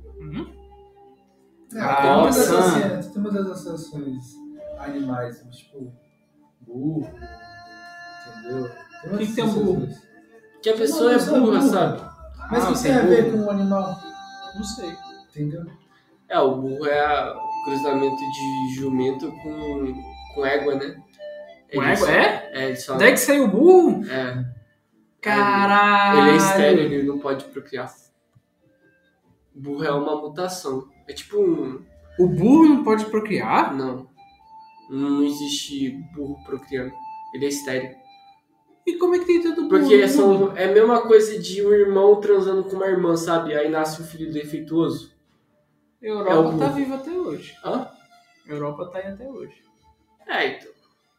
Tem nossa. muitas associações animais, tipo burro, entendeu? O que tem um burro? associações. Que a pessoa é burra, sabe? Mas o que você tem é a ver burro? com o animal? Não sei. Entendeu? O burro é o cruzamento de jumento com égua, né? Com Eles- égua, é? Eles falam... Daí que saiu o burro? É, Caralho! ele é estéril, ele não pode procriar. Burro é uma mutação. É tipo um... O burro não pode procriar? Não existe burro procriando. Ele é estéril. E como é que tem tanto burro? Porque no mundo? é a mesma coisa de um irmão transando com uma irmã, sabe? Aí nasce um filho defeituoso. A É o Europa burro. tá viva até hoje. Hã? A Europa tá aí até hoje. Então.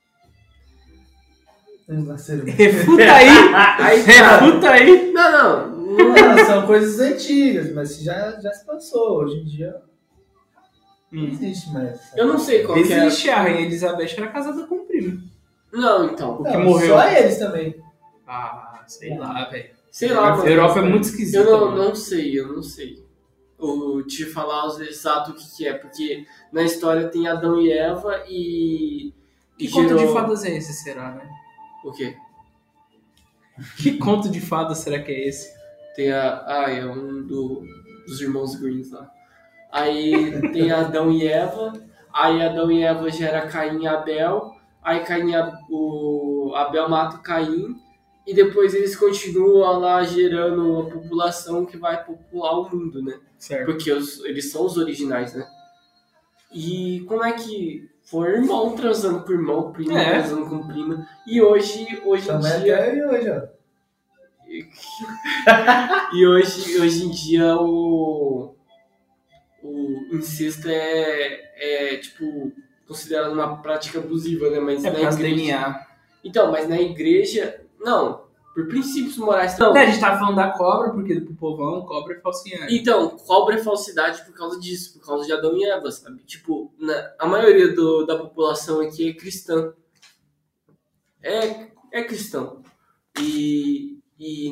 Eles nasceram. Refuta aí! Aí tá. Refuta aí! Não. Não, são coisas antigas, mas já se passou. Hoje em dia não existe mais. Eu não sei qual que é. Existe, a Rainha Elizabeth era casada com um primo. Não, então. O que Não, morreu. Só eles também. Ah, sei lá, velho. Sei lá, mano. A Europa é muito esquisita. Eu mano. não sei. Te falar exato o que é, porque na história tem Adão e Eva e Que conto gerou... de fadas é esse, será, né? O quê? Que conto de fadas será que é esse? Tem é um dos irmãos Greens lá. Aí tem Adão e Eva, aí Adão e Eva gera Caim e Abel, aí o Abel mata o Caim, e depois eles continuam lá gerando uma população que vai popular o mundo, né? Certo. Porque eles são os originais, né? E como é que foi irmão transando com irmão, primo transando com prima, e hoje Também em dia... até hoje, ó. E hoje em dia o incesto é tipo considerado uma prática abusiva, né? Mas É por causa do DNA. Então, mas na igreja, não. Por princípios morais, não. A gente tava falando da cobra, porque pro povão, cobra é falsidade. Então, cobra é falsidade por causa disso, por causa de Adão e Eva, sabe? Tipo, a maioria da população aqui é cristã. É cristão. E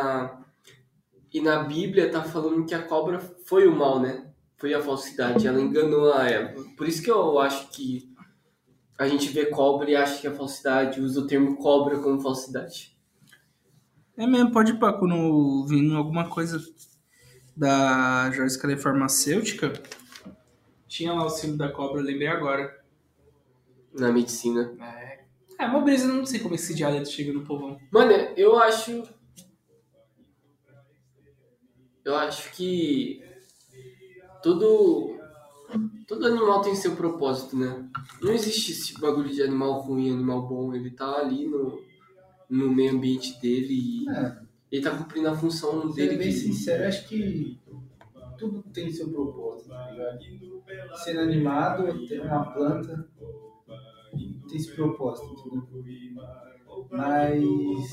na Bíblia tá falando que a cobra foi o mal, né? Foi a falsidade, ela enganou a Eva. Por isso que eu acho que a gente vê cobra e acha que é falsidade, usa o termo cobra como falsidade. É mesmo, pode ir pra quando vindo alguma coisa da Joyce Calei Farmacêutica, tinha lá o símbolo da cobra, eu lembrei agora. Na medicina. É uma brisa, não sei como esse dialeto chega no povão. Mano, eu acho que todo animal tem seu propósito, né? Não existe esse bagulho de animal ruim, animal bom. Ele tá ali no meio ambiente dele e ele tá cumprindo a função dele. Sendo bem sincero, acho que tudo tem seu propósito, tá ligado? Sendo animado, ter uma planta, tem esse propósito, entendeu? Mas,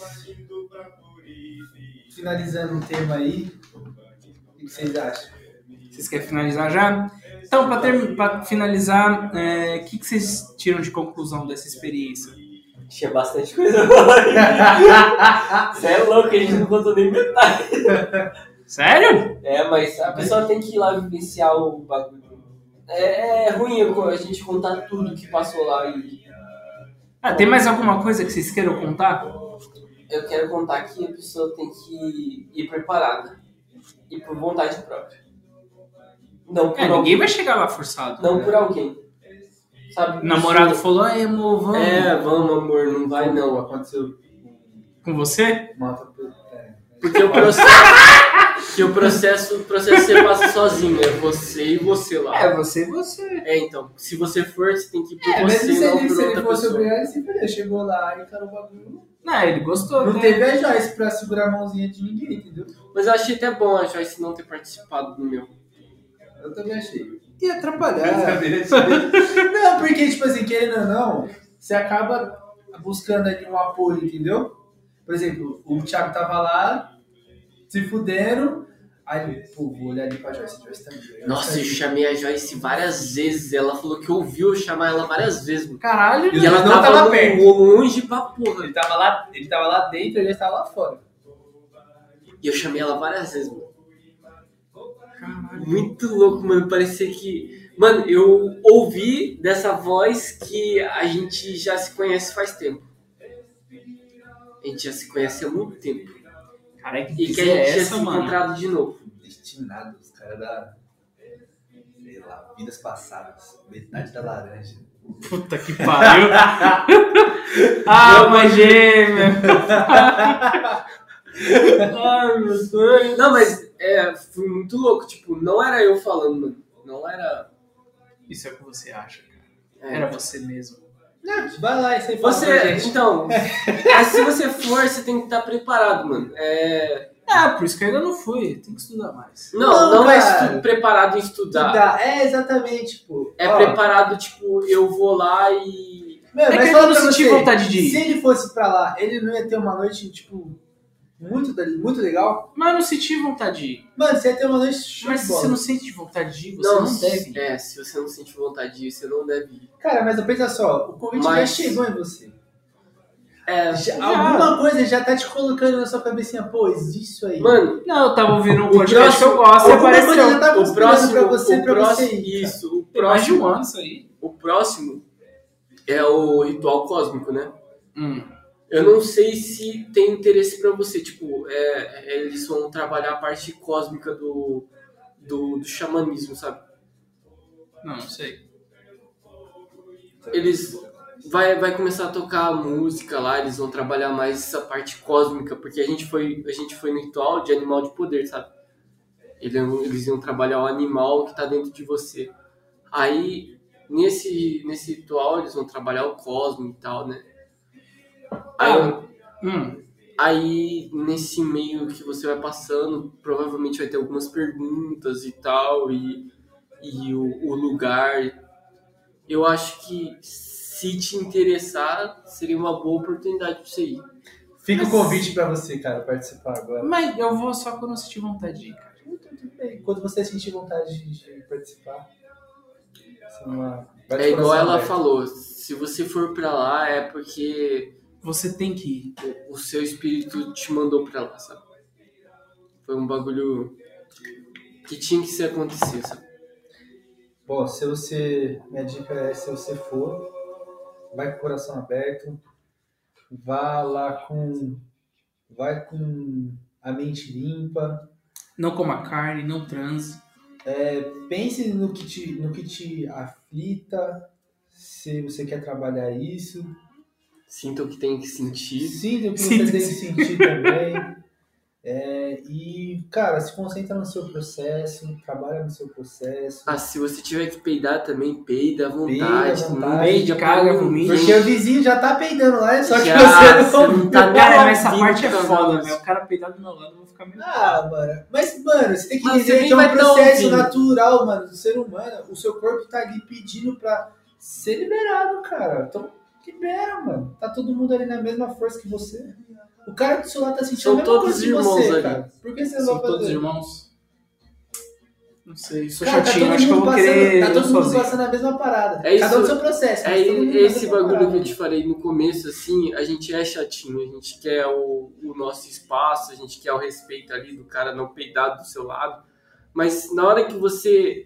finalizando o tema aí, o que vocês acham? Vocês querem finalizar já? Então, pra finalizar, o que vocês tiram de conclusão dessa experiência? Tinha bastante coisa. Você é louco, a gente não contou nem metade. Sério? Mas a pessoa tem que ir lá vivenciar o bagulho. É ruim a gente contar tudo que passou lá. Tem mais alguma coisa que vocês queiram contar? Eu quero contar que a pessoa tem que ir preparada. E por vontade própria. Não por Ninguém alguém. vai chegar lá forçado. Não por alguém. Sabe? O namorado falou, amor, vamos. Vamos, amor, não vai não. Aconteceu Com você? Porque o processo você passa sozinho, é você e você lá. Você e você. Então, se você for, você tem que ir por Mesmo você, se não ele, por se ele outra fosse pessoa. obrigado, ele se faria. Chegou lá e encarou o bagulho. Não, ele gostou. Não né? teve a Joyce pra segurar a mãozinha de ninguém, entendeu? Mas eu achei até bom a Joyce não ter participado do meu. Eu também achei. Ia atrapalhar. Não, porque, tipo assim, querendo ou não, você acaba buscando ali um apoio, entendeu? Por exemplo, o Thiago tava lá, se fudendo, aí ele, pô, vou olhar ali pra Joyce, Joyce tá ali. Nossa, eu chamei a Joyce várias vezes. Ela falou que ouviu eu chamar ela várias vezes, mano. Caralho. E ela não tava perto. longe pra porra. Ele tava lá dentro, ele estava lá fora. E eu chamei ela várias vezes, mano. Caralho. Muito louco, mano. Parecia que... Mano, eu ouvi dessa voz que a gente já se conhece faz tempo. A gente já se conhece há muito tempo. Caralho, que E que a pizza gente é tinha essa, se mano? encontrado de novo. Destinado, os caras da, sei lá, vidas passadas, metade da laranja. Puta que pariu. Alma gêmea. Ai, meu Deus. Não, mas foi muito louco. Tipo, não era eu falando, mano. Não era... Isso é o que você acha, cara. É. Era você mesmo. Não, vai lá, isso aí fala pra Você, gente. então, se você for, você tem que estar preparado, mano. Por isso que eu ainda não fui. Tem que estudar mais. Não é cara. preparado em estudar. É, exatamente, pô. É Ó, preparado, tipo, eu vou lá e... Meu, É que mas eu fala não pra senti você, vontade de ir. Se ele fosse pra lá, ele não ia ter uma noite, tipo, muito legal? Mas eu não senti vontade de ir. Mano, você ia ter uma noite show Mas de se bola. você não sente vontade de ir, você não deve ir. Se você não sente vontade de ir, você não deve ir. Cara, mas pensa só, o convite Mas- já chegou em você. Já. Alguma coisa já tá te colocando na sua cabecinha, pô, existe isso aí. Mano, Não, eu tava ouvindo um O podcast que eu gosto e alguma coisa já apareceu. tá o conspirando próximo... pra você ir, cara. Isso, Tem mais de um ano isso aí. o próximo é o ritual cósmico, né? Hum. Eu não sei se tem interesse pra você. Tipo, eles vão trabalhar a parte cósmica do xamanismo, sabe? Não sei. Eles vai começar a tocar música lá, eles vão trabalhar mais essa parte cósmica, porque a gente foi no ritual de animal de poder, sabe? Eles iam trabalhar o animal que tá dentro de você. Aí, nesse ritual, eles vão trabalhar o cosmo e tal, né? Aí, nesse meio que você vai passando, provavelmente vai ter algumas perguntas e tal, e o lugar. Eu acho que, se te interessar, seria uma boa oportunidade pra você ir. Fica o convite pra você, cara, participar agora. Mas eu vou só quando eu sentir vontade de ir, cara. Tudo bem. Quando você sentir vontade de participar, você não vai de É igual coração ela aberto. falou, se você for pra lá é porque Você tem que ir. o seu espírito te mandou pra lá, sabe? Foi um bagulho que tinha que se acontecer, sabe? Bom, minha dica é, se você for, vai com o coração aberto, vai com a mente limpa, Não coma carne, não transe. pense no que te aflita, se você quer trabalhar isso, Sinta o que tem que sentir. sinta o que Sinta você tem que que sentir também. E, cara, se concentra no seu processo, trabalha no seu processo. Ah, se você tiver que peidar também, peida à vontade. Peida à Não vontade, peide caga, pra vomita. Porque o vizinho já tá peidando lá, só que Já, você não... você não tá nem Cara, mas essa ouvindo parte é o foda, negócio. meu. O cara peidar do meu lado, eu vou ficar meio... Mano, mas, mano, você tem que Mas você entender nem que é um vai tá processo ouvindo. natural, mano, do ser humano. O seu corpo tá ali pedindo pra ser liberado, cara. Então, libera, mano. Tá todo mundo ali na mesma força que você. O cara do seu lado tá sentindo São a mesma todos coisa que irmãos você, ali. cara. Por que você não São vai todos fazer? irmãos? Não sei, sou Cara, chatinho, acho que eu vou querer tá todo mundo sozinho. passando a mesma parada. É Cada um isso- do seu processo. É mas todo mundo na esse mesma bagulho parada. que eu te falei no começo, assim, a gente é chatinho, a gente quer o nosso espaço, a gente quer o respeito ali do cara não peidar do seu lado, mas na hora que você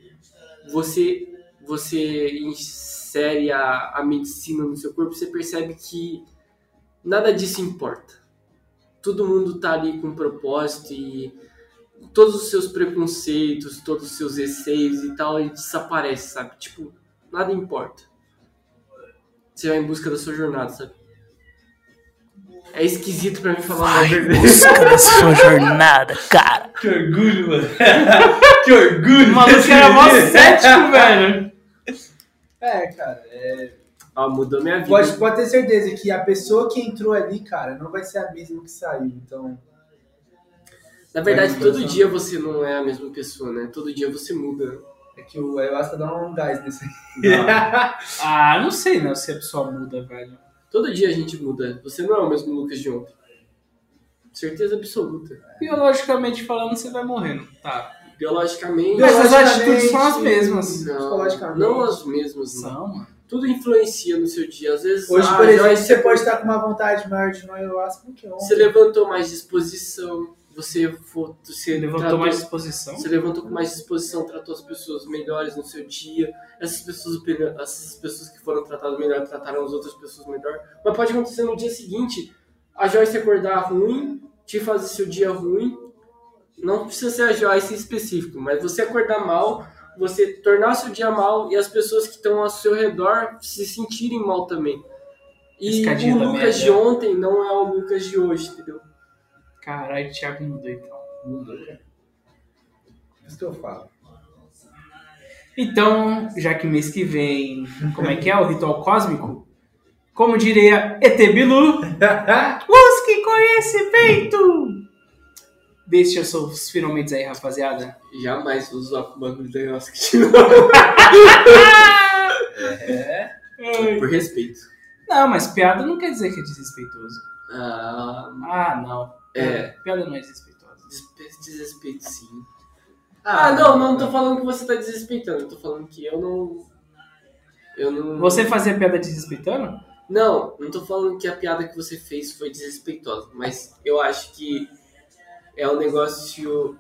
insere a medicina no seu corpo, você percebe que nada disso importa. Todo mundo tá ali com um propósito e todos os seus preconceitos, todos os seus receios e tal, eles desaparecem, sabe? Tipo, nada importa. Você vai em busca da sua jornada, sabe? É esquisito pra mim falar uma verdade. busca da sua jornada, cara. Que orgulho, mano. Que orgulho. O maluco era mó cético, velho. Cara, Mudou minha vida. pode ter certeza que a pessoa que entrou ali, cara, não vai ser a mesma que saiu. Então, Na verdade, Vai, todo coração. dia você não é a mesma pessoa, né? Todo dia você muda. é que o ayahuasca dá um gás nesse aí. Ah, não sei, né? Se a pessoa muda, velho. Todo dia a gente muda. Você não é o mesmo Lucas de ontem. Certeza absoluta. Biologicamente falando, você vai morrendo. Tá. Biologicamente... Mas as atitudes são as mesmas. Não as mesmas, não. São, mano. Tudo influencia no seu dia. Às vezes... Hoje, por exemplo, Joyce, você pode estar com uma vontade maior de uma ayahuasca do que ontem. Você levantou mais disposição. Você Levantou tratou- mais disposição. Você levantou com mais disposição, tratou as pessoas melhores no seu dia. Essas pessoas que foram tratadas melhor trataram as outras pessoas melhor. Mas pode acontecer no dia seguinte, a Joyce acordar ruim, te fazer seu dia ruim. Não precisa ser a Joyce em específico, mas você acordar mal, você tornar seu dia mal e as pessoas que estão ao seu redor se sentirem mal também. E Escadinha o da Lucas merda. de ontem não é o Lucas de hoje, entendeu? Caralho, o Thiago mudou então. Mudou, cara. Isso que eu falo. Então, já que mês que vem, como é que é o ritual cósmico? Como diria ET Bilu, busque conhecimento! Deixa os seus finalmente aí, rapaziada. Jamais vou zoar com o bagulho da ayahuasca de novo. Por respeito. Não, mas piada não quer dizer que é desrespeitoso. Ah, Não. É. Piada não é desrespeitosa. desrespeito sim. Não tô falando que você tá desrespeitando. Eu tô falando que eu não... Você fazia piada desrespeitando? Não tô falando que a piada que você fez foi desrespeitosa. Mas eu acho que é um negócio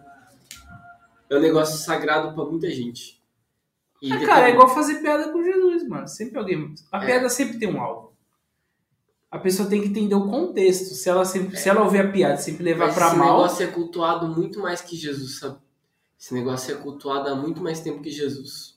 sagrado pra muita gente. E Cara, é igual fazer piada com Jesus, mano. Sempre alguém... A piada sempre tem um alvo. A pessoa tem que entender o contexto. Se ela ouvir a piada e sempre levar Mas pra esse mal... negócio é cultuado muito mais que Jesus, sabe? Esse negócio é cultuado há muito mais tempo que Jesus.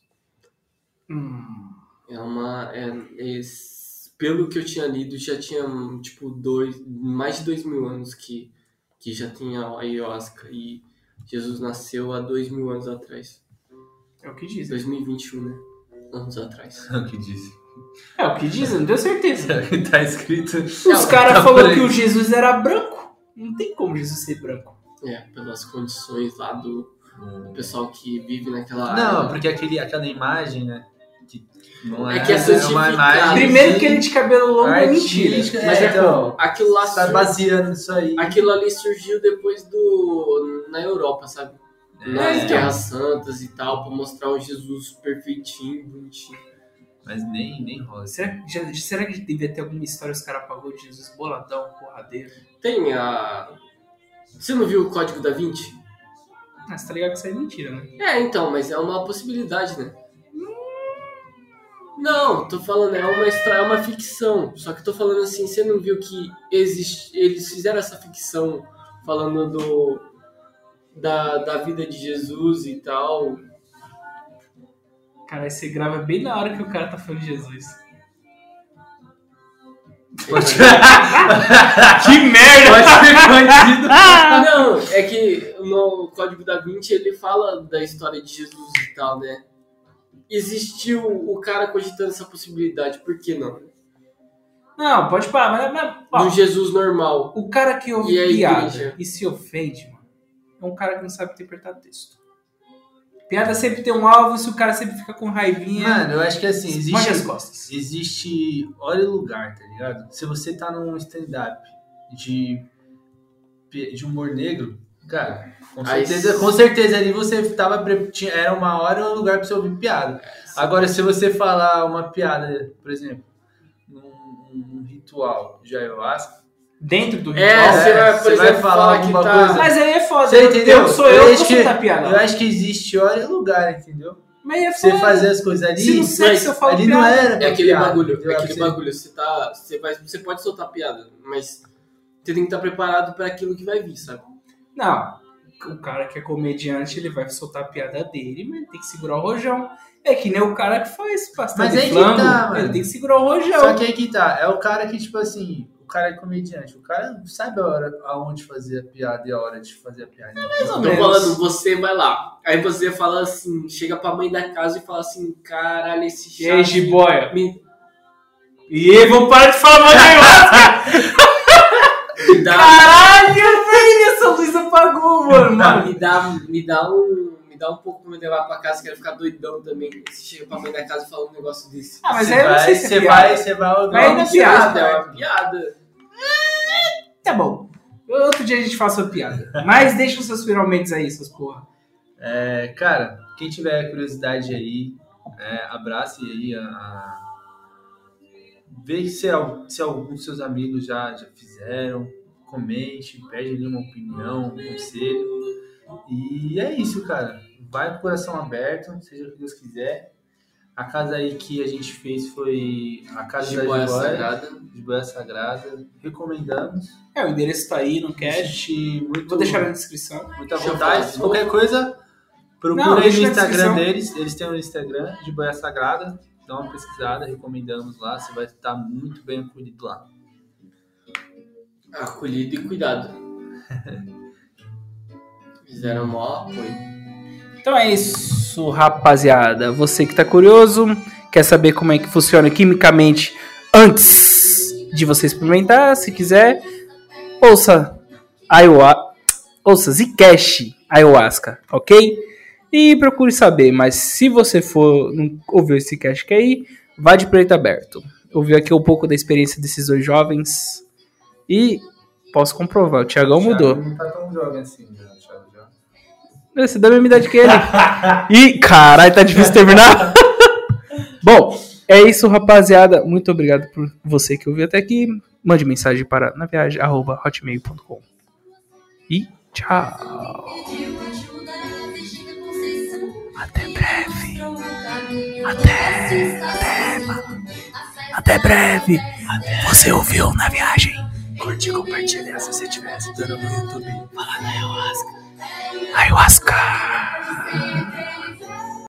Pelo que eu tinha lido, já tinha tipo mais de 2.000 anos que já tinha a ayahuasca. E Jesus nasceu há 2.000 anos atrás. É o que dizem. 2021, né? Anos atrás. É o que disse. É o que dizem, não tenho certeza. É o que tá escrito. Os caras falaram que o Jesus era branco. Não tem como Jesus ser branco. Pelas condições lá do pessoal que vive naquela Não, área. porque aquela imagem, né? Que não É que é uma santificado. imagem. Primeiro que ele de cabelo longo é mentira. artística, Mas então, aquilo lá tá baseando nisso aí. Aquilo ali surgiu depois na Europa, sabe? Nas então. Guerras Santas e tal, pra mostrar um Jesus perfeitinho, bonitinho. Mas nem rola. Será que devia ter alguma história os caras apagou de Jesus boladão, porradeiro? Tem a... Você não viu o Código da Vinci? Ah, você tá ligado que isso aí é mentira, né? Então, mas é uma possibilidade, né? Não, tô falando, é uma história, é uma ficção. Só que tô falando assim, você não viu que eles fizeram essa ficção falando da vida de Jesus e tal. Cara, você grava bem na hora que o cara tá falando de Jesus. Que merda! Pode ser contido. Não, é que no Código da Vinci ele fala da história de Jesus e tal, né? Existiu o cara cogitando essa possibilidade, por que não? Não, pode parar, mas ó, Do Jesus normal. o cara que ouve E a piada igreja? e se ofende, mano, é um cara que não sabe interpretar texto. Piada sempre tem um alvo, se o cara sempre fica com raivinha, Mano, eu acho que assim, morde as costas. existe hora e lugar, tá ligado? Se você tá num stand-up de humor negro, cara, Aí com certeza ali você era uma hora ou um lugar pra você ouvir piada. Agora, se você falar uma piada, por exemplo, num ritual de ayahuasca, Dentro do Você vai, por exemplo, falar que alguma tá... coisa. Mas aí é foda. Você entendeu? Sou eu que acho vou que, soltar piada. eu acho que existe hora e lugar, entendeu? Mas é Você foda. fazer as coisas ali, Se no sexo eu falo ali piada. não era pra É aquele piada, bagulho, entendeu? você pode soltar piada, mas você tem que estar preparado para aquilo que vai vir, sabe? Não, o cara que é comediante, ele vai soltar a piada dele, mas ele tem que segurar o rojão. É que nem o cara que faz pastel Mas de aí que flango, tá, mano. ele tem que segurar o rojão. Só que aí que tá, é o cara que, tipo assim, o cara é comediante, o cara sabe a hora aonde fazer a piada e a hora de fazer a piada. Mais ou Tô menos. falando, você vai lá, aí você fala assim, chega pra mãe da casa e fala assim, caralho, esse E aí, chato... jiboia? me- E aí, vamos parar de falar mal de ayahuasca. Me dá, Caralho, velho, essa luz apagou, mano. me dá um pouco me levar pra casa, quero ficar doidão também. Você chega pra mãe da casa e fala um negócio desse. Ah, mas aí eu não sei se é piada. Você vai Mas ainda é piada. É uma piada. Tá bom. Outro dia a gente faz uma piada. Mas deixa os seus finalmente aí, seus porra. Cara, quem tiver curiosidade aí, abrace aí vê se alguns dos seus amigos já fizeram, comente, pede ali uma opinião, um conselho. E é isso, cara. Vai com o coração aberto, seja o que Deus quiser. A casa aí que a gente fez foi a casa da Jiboia Sagrada. Recomendamos. O endereço tá aí no cast. Vou deixar na descrição. Muita vontade. Qualquer coisa, procura aí no Instagram deles. Eles têm um Instagram, Jiboia Sagrada. Dá uma pesquisada, recomendamos lá. Você vai estar muito bem acolhido lá. Acolhido e cuidado. Fizeram o maior apoio. Então é isso, rapaziada. Você que tá curioso, quer saber como é que funciona quimicamente antes de você experimentar, se quiser, ouça Zcash Ayahuasca, ok? E procure saber, mas se você não ouviu esse Zcash aí, vá de peito aberto. Ouviu aqui um pouco da experiência desses dois jovens e posso comprovar, o Thiagão mudou. Não tá tão jovem assim, já. Você dá a mesma idade que ele. Ih, caralho, tá difícil terminar. Bom, é isso, rapaziada. Muito obrigado por você que ouviu até aqui. Mande mensagem para naviagem@hotmail.com. E tchau. Até breve. Até breve. Você ouviu Na Viagem? Curte e compartilha se você estiver assistindo no YouTube. Fala na Ayahuasca.